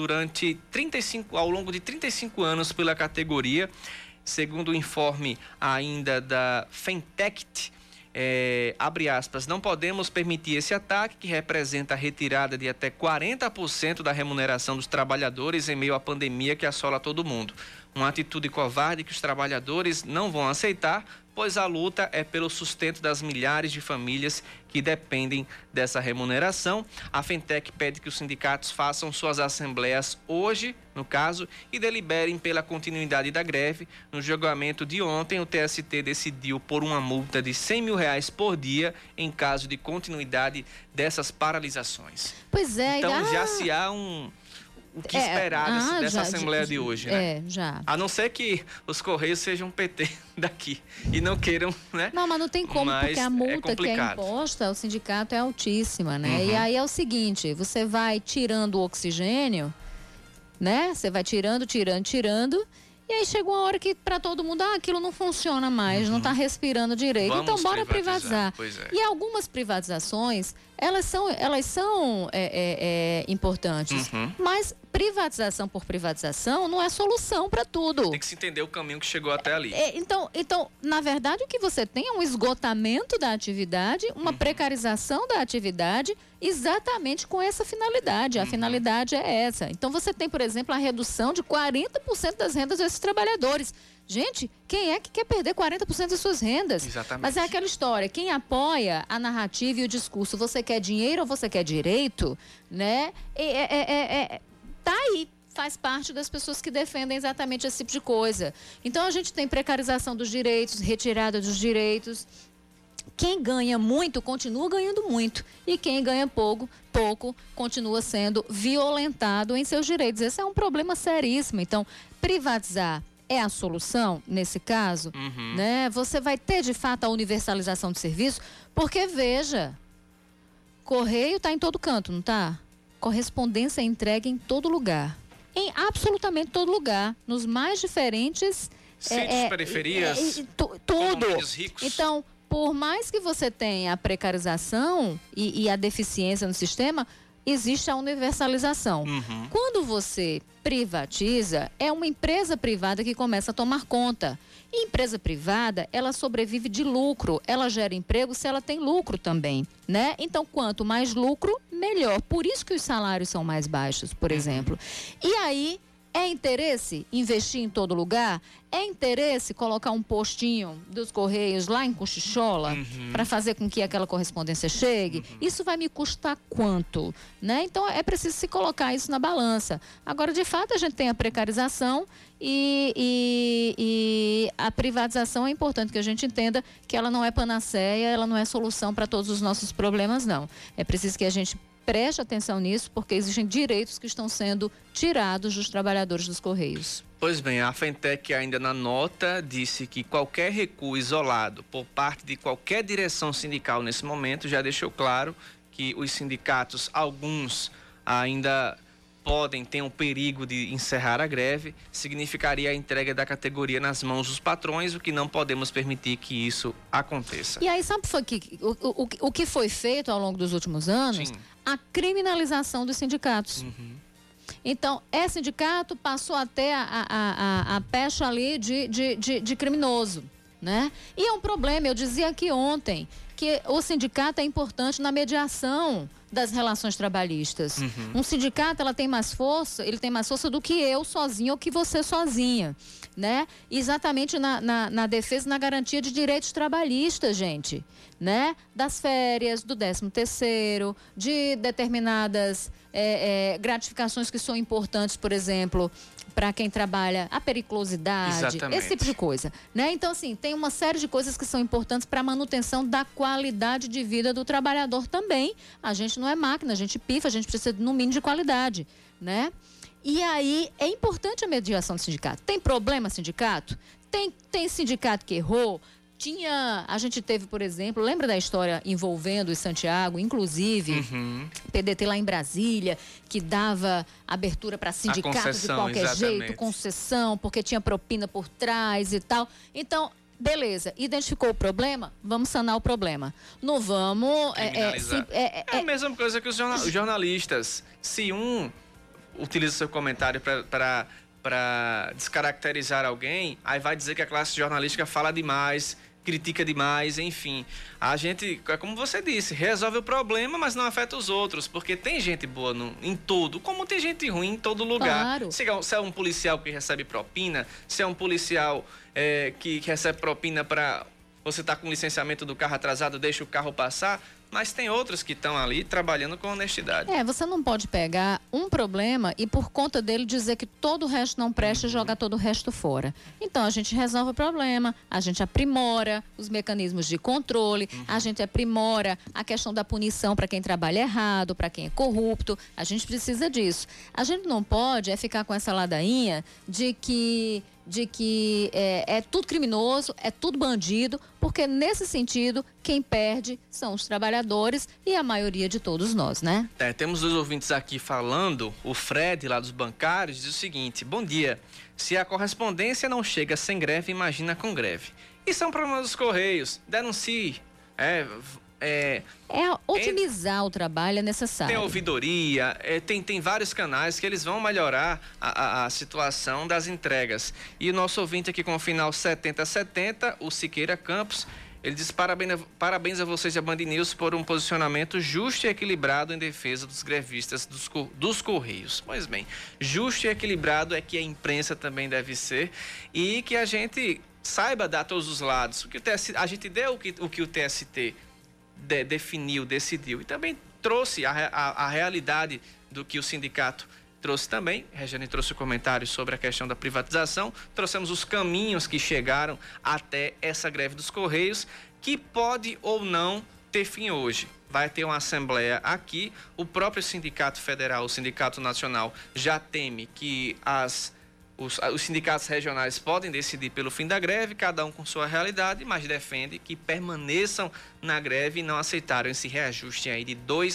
B: ao longo de 35 anos pela categoria. Segundo o informe ainda da Fentect, abre aspas, não podemos permitir esse ataque que representa a retirada de até 40% da remuneração dos trabalhadores em meio à pandemia que assola todo mundo. Uma atitude covarde que os trabalhadores não vão aceitar, pois a luta é pelo sustento das milhares de famílias que dependem dessa remuneração. A Fentec pede que os sindicatos façam suas assembleias hoje, no caso, e deliberem pela continuidade da greve. No julgamento de ontem, o TST decidiu por uma multa de R$100 mil por dia em caso de continuidade dessas paralisações.
C: Pois é.
B: Então já se há o que esperar dessa Assembleia de hoje, né?
C: Já.
B: A não ser que os Correios sejam PT daqui e não queiram, né?
C: Não, mas não tem como, porque a multa que é imposta ao sindicato é altíssima, né? E aí é o seguinte, você vai tirando o oxigênio, né? Você vai tirando, e aí chega uma hora que para todo mundo, aquilo não funciona mais, não está respirando direito.
B: Vamos
C: então bora privatizar.
B: Pois é.
C: E algumas privatizações, elas são importantes, mas privatização por privatização não é solução para tudo.
B: Tem que se entender o caminho que chegou até ali.
C: Então, na verdade, o que você tem é um esgotamento da atividade, uma precarização da atividade, exatamente com essa finalidade. A finalidade é essa. Então, você tem, por exemplo, a redução de 40% das rendas desses trabalhadores. Gente, quem é que quer perder 40% das suas rendas?
B: Exatamente.
C: Mas é aquela história, quem apoia a narrativa e o discurso, você quer dinheiro ou você quer direito, né? Tá aí, faz parte das pessoas que defendem exatamente esse tipo de coisa. Então, a gente tem precarização dos direitos, retirada dos direitos. Quem ganha muito, continua ganhando muito. E quem ganha pouco, continua sendo violentado em seus direitos. Esse é um problema seríssimo. Então, privatizar é a solução, nesse caso, né? Você vai ter, de fato, a universalização do serviço, porque, veja, correio está em todo canto, não está? Correspondência é entregue em todo lugar. Em absolutamente todo lugar. Nos mais diferentes...
B: Sítios, periferias,
C: tudo.
B: Ricos.
C: Então, por mais que você tenha a precarização e a deficiência no sistema, existe a universalização. Quando você privatiza, é uma empresa privada que começa a tomar conta. E empresa privada, ela sobrevive de lucro, ela gera emprego se ela tem lucro também, né? Então, quanto mais lucro, melhor. Por isso que os salários são mais baixos, por exemplo. E aí, é interesse investir em todo lugar? É interesse colocar um postinho dos Correios lá em Cochichola para fazer com que aquela correspondência chegue? Isso vai me custar quanto? Né? Então, é preciso se colocar isso na balança. Agora, de fato, a gente tem a precarização e a privatização. É importante que a gente entenda que ela não é panaceia, ela não é solução para todos os nossos problemas, não. É preciso que a gente preste atenção nisso, porque existem direitos que estão sendo tirados dos trabalhadores dos Correios.
B: Pois bem, a Fentec ainda na nota disse que qualquer recuo isolado por parte de qualquer direção sindical nesse momento já deixou claro que os sindicatos, alguns ainda tem o perigo de encerrar a greve, significaria a entrega da categoria nas mãos dos patrões, o que não podemos permitir que isso aconteça.
C: E aí, sabe o que foi feito ao longo dos últimos anos? Sim. A criminalização dos sindicatos. Então, sindicato passou até a pecha ali de criminoso, né? E é um problema, eu dizia aqui ontem, que o sindicato é importante na mediação das relações trabalhistas. Um sindicato, ele tem mais força do que eu sozinho ou que você sozinha, né? Exatamente na defesa e na garantia de direitos trabalhistas, gente, né? Das férias, do 13º, de determinadas gratificações que são importantes, por exemplo, para quem trabalha, a periculosidade, esse tipo de coisa, né? Então, assim, tem uma série de coisas que são importantes para a manutenção da qualidade de vida do trabalhador também. A gente não é máquina, a gente pifa, a gente precisa, no mínimo, de qualidade, né? E aí, é importante a mediação do sindicato. Tem problema, sindicato? Tem sindicato que errou? A gente teve, por exemplo, lembra da história envolvendo o Santiago, inclusive, PDT lá em Brasília, que dava abertura para sindicatos de qualquer jeito, concessão, porque tinha propina por trás e tal. Então, beleza, identificou o problema, vamos sanar o problema. Não vamos...
B: É a mesma coisa que os jornalistas. Se um utiliza seu comentário para descaracterizar alguém, aí vai dizer que a classe jornalística fala demais, critica demais, enfim. A gente, como você disse, resolve o problema, mas não afeta os outros, porque tem gente boa em tudo, como tem gente ruim em todo lugar.
C: Claro.
B: Se é um policial que recebe propina, se é um policial que recebe propina para você estar com licenciamento do carro atrasado, deixa o carro passar, mas tem outros que estão ali trabalhando com honestidade.
C: Você não pode pegar um problema e por conta dele dizer que todo o resto não presta e jogar todo o resto fora. Então a gente resolve o problema, a gente aprimora os mecanismos de controle, a gente aprimora a questão da punição para quem trabalha errado, para quem é corrupto. A gente precisa disso. A gente não pode ficar com essa ladainha de que é tudo criminoso, é tudo bandido, porque nesse sentido, quem perde são os trabalhadores e a maioria de todos nós, né?
B: Temos 2 ouvintes aqui falando, o Fred, lá dos bancários, diz o seguinte: bom dia, se a correspondência não chega sem greve, imagina com greve. Isso é um problema dos Correios, denuncie,
C: otimizar o trabalho é necessário.
B: Tem ouvidoria, tem vários canais que eles vão melhorar a situação das entregas. E o nosso ouvinte aqui com o final 7070, o Siqueira Campos, ele diz: parabéns a vocês e a Band News por um posicionamento justo e equilibrado em defesa dos grevistas dos Correios. Pois bem, justo e equilibrado é que a imprensa também deve ser, e que a gente saiba dar todos os lados. A gente deu o que o TST definiu, decidiu, e também trouxe a realidade do que o sindicato trouxe também. Regiane trouxe o comentário sobre a questão da privatização, trouxemos os caminhos que chegaram até essa greve dos Correios, que pode ou não ter fim hoje. Vai ter uma assembleia aqui, o próprio Sindicato Federal, o Sindicato Nacional, já teme que os sindicatos regionais podem decidir pelo fim da greve, cada um com sua realidade, mas defende que permaneçam na greve e não aceitaram esse reajuste aí de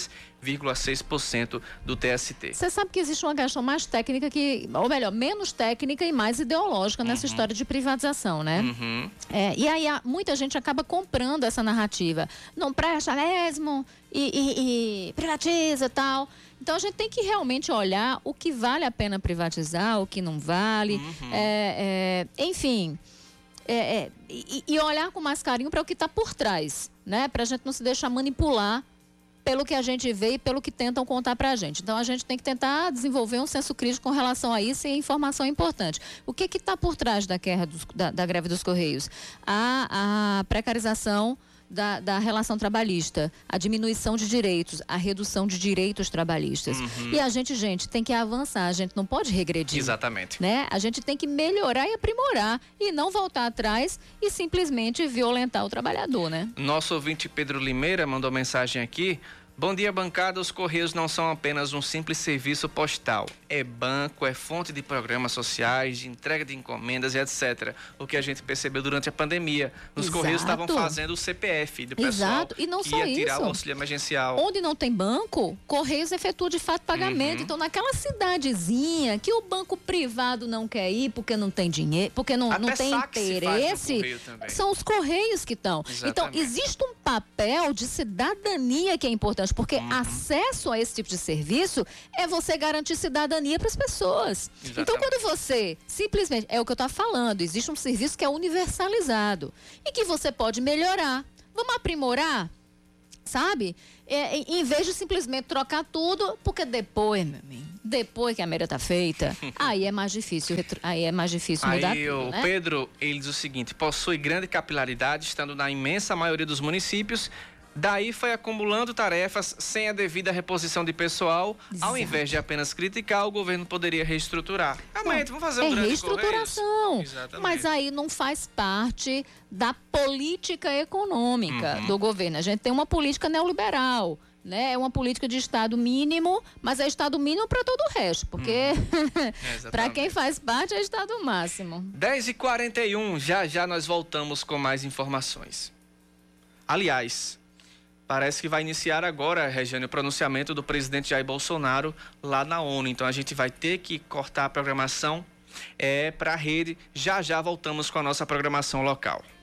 B: 2,6% do TST.
C: Você sabe que existe uma questão mais técnica ou melhor, menos técnica e mais ideológica nessa história de privatização, né? E aí muita gente acaba comprando essa narrativa. Não presta mesmo e privatiza e tal. Então a gente tem que realmente olhar o que vale a pena privatizar, o que não vale, enfim, e olhar com mais carinho para o que está por trás, né? Para a gente não se deixar manipular pelo que a gente vê e pelo que tentam contar para a gente. Então a gente tem que tentar desenvolver um senso crítico com relação a isso, e a informação é importante. O que está por trás da greve dos Correios? A precarização da relação trabalhista, a diminuição de direitos, a redução de direitos trabalhistas. E a gente tem que avançar, a gente não pode regredir.
B: Exatamente.
C: Né? A gente tem que melhorar e aprimorar e não voltar atrás e simplesmente violentar o trabalhador, né?
B: Nosso ouvinte Pedro Limeira mandou mensagem aqui: bom dia, bancada. Os Correios não são apenas um simples serviço postal. É banco, é fonte de programas sociais, de entrega de encomendas e etc. O que a gente percebeu durante a pandemia. Os Correios estavam fazendo o CPF do pessoal
C: e não
B: que
C: só
B: ia tirar
C: isso.
B: o auxílio emergencial.
C: Onde não tem banco, Correios efetua de fato pagamento. Então, naquela cidadezinha que o banco privado não quer ir porque não tem dinheiro, porque não tem interesse, são os Correios que estão. Então, existe um papel de cidadania que é importante, porque acesso a esse tipo de serviço é você garantir cidadania para as pessoas. Exatamente. Então, quando você simplesmente, é o que eu estou falando, existe um serviço que é universalizado e que você pode melhorar,
M: Vamos aprimorar, sabe? Em vez de simplesmente trocar tudo, porque depois, meu amigo, depois que a merda tá feita, aí é mais difícil mudar
B: Aí
M: tudo,
B: o
M: né?
B: Pedro, ele diz o seguinte: possui grande capilaridade, estando na imensa maioria dos municípios. Daí foi acumulando tarefas sem a devida reposição de pessoal.
M: Exato.
B: Ao invés de apenas criticar, o governo poderia reestruturar. Realmente, vamos fazer um grande
M: reestruturação.
B: Exatamente.
M: Mas aí não faz parte da política econômica do governo. A gente tem uma política neoliberal, né? É uma política de Estado mínimo, mas é Estado mínimo para todo o resto, porque para quem faz parte é Estado máximo.
B: 10h41, já nós voltamos com mais informações. Aliás, parece que vai iniciar agora, Regiane, o pronunciamento do presidente Jair Bolsonaro lá na ONU. Então a gente vai ter que cortar a programação para a rede. Já voltamos com a nossa programação local.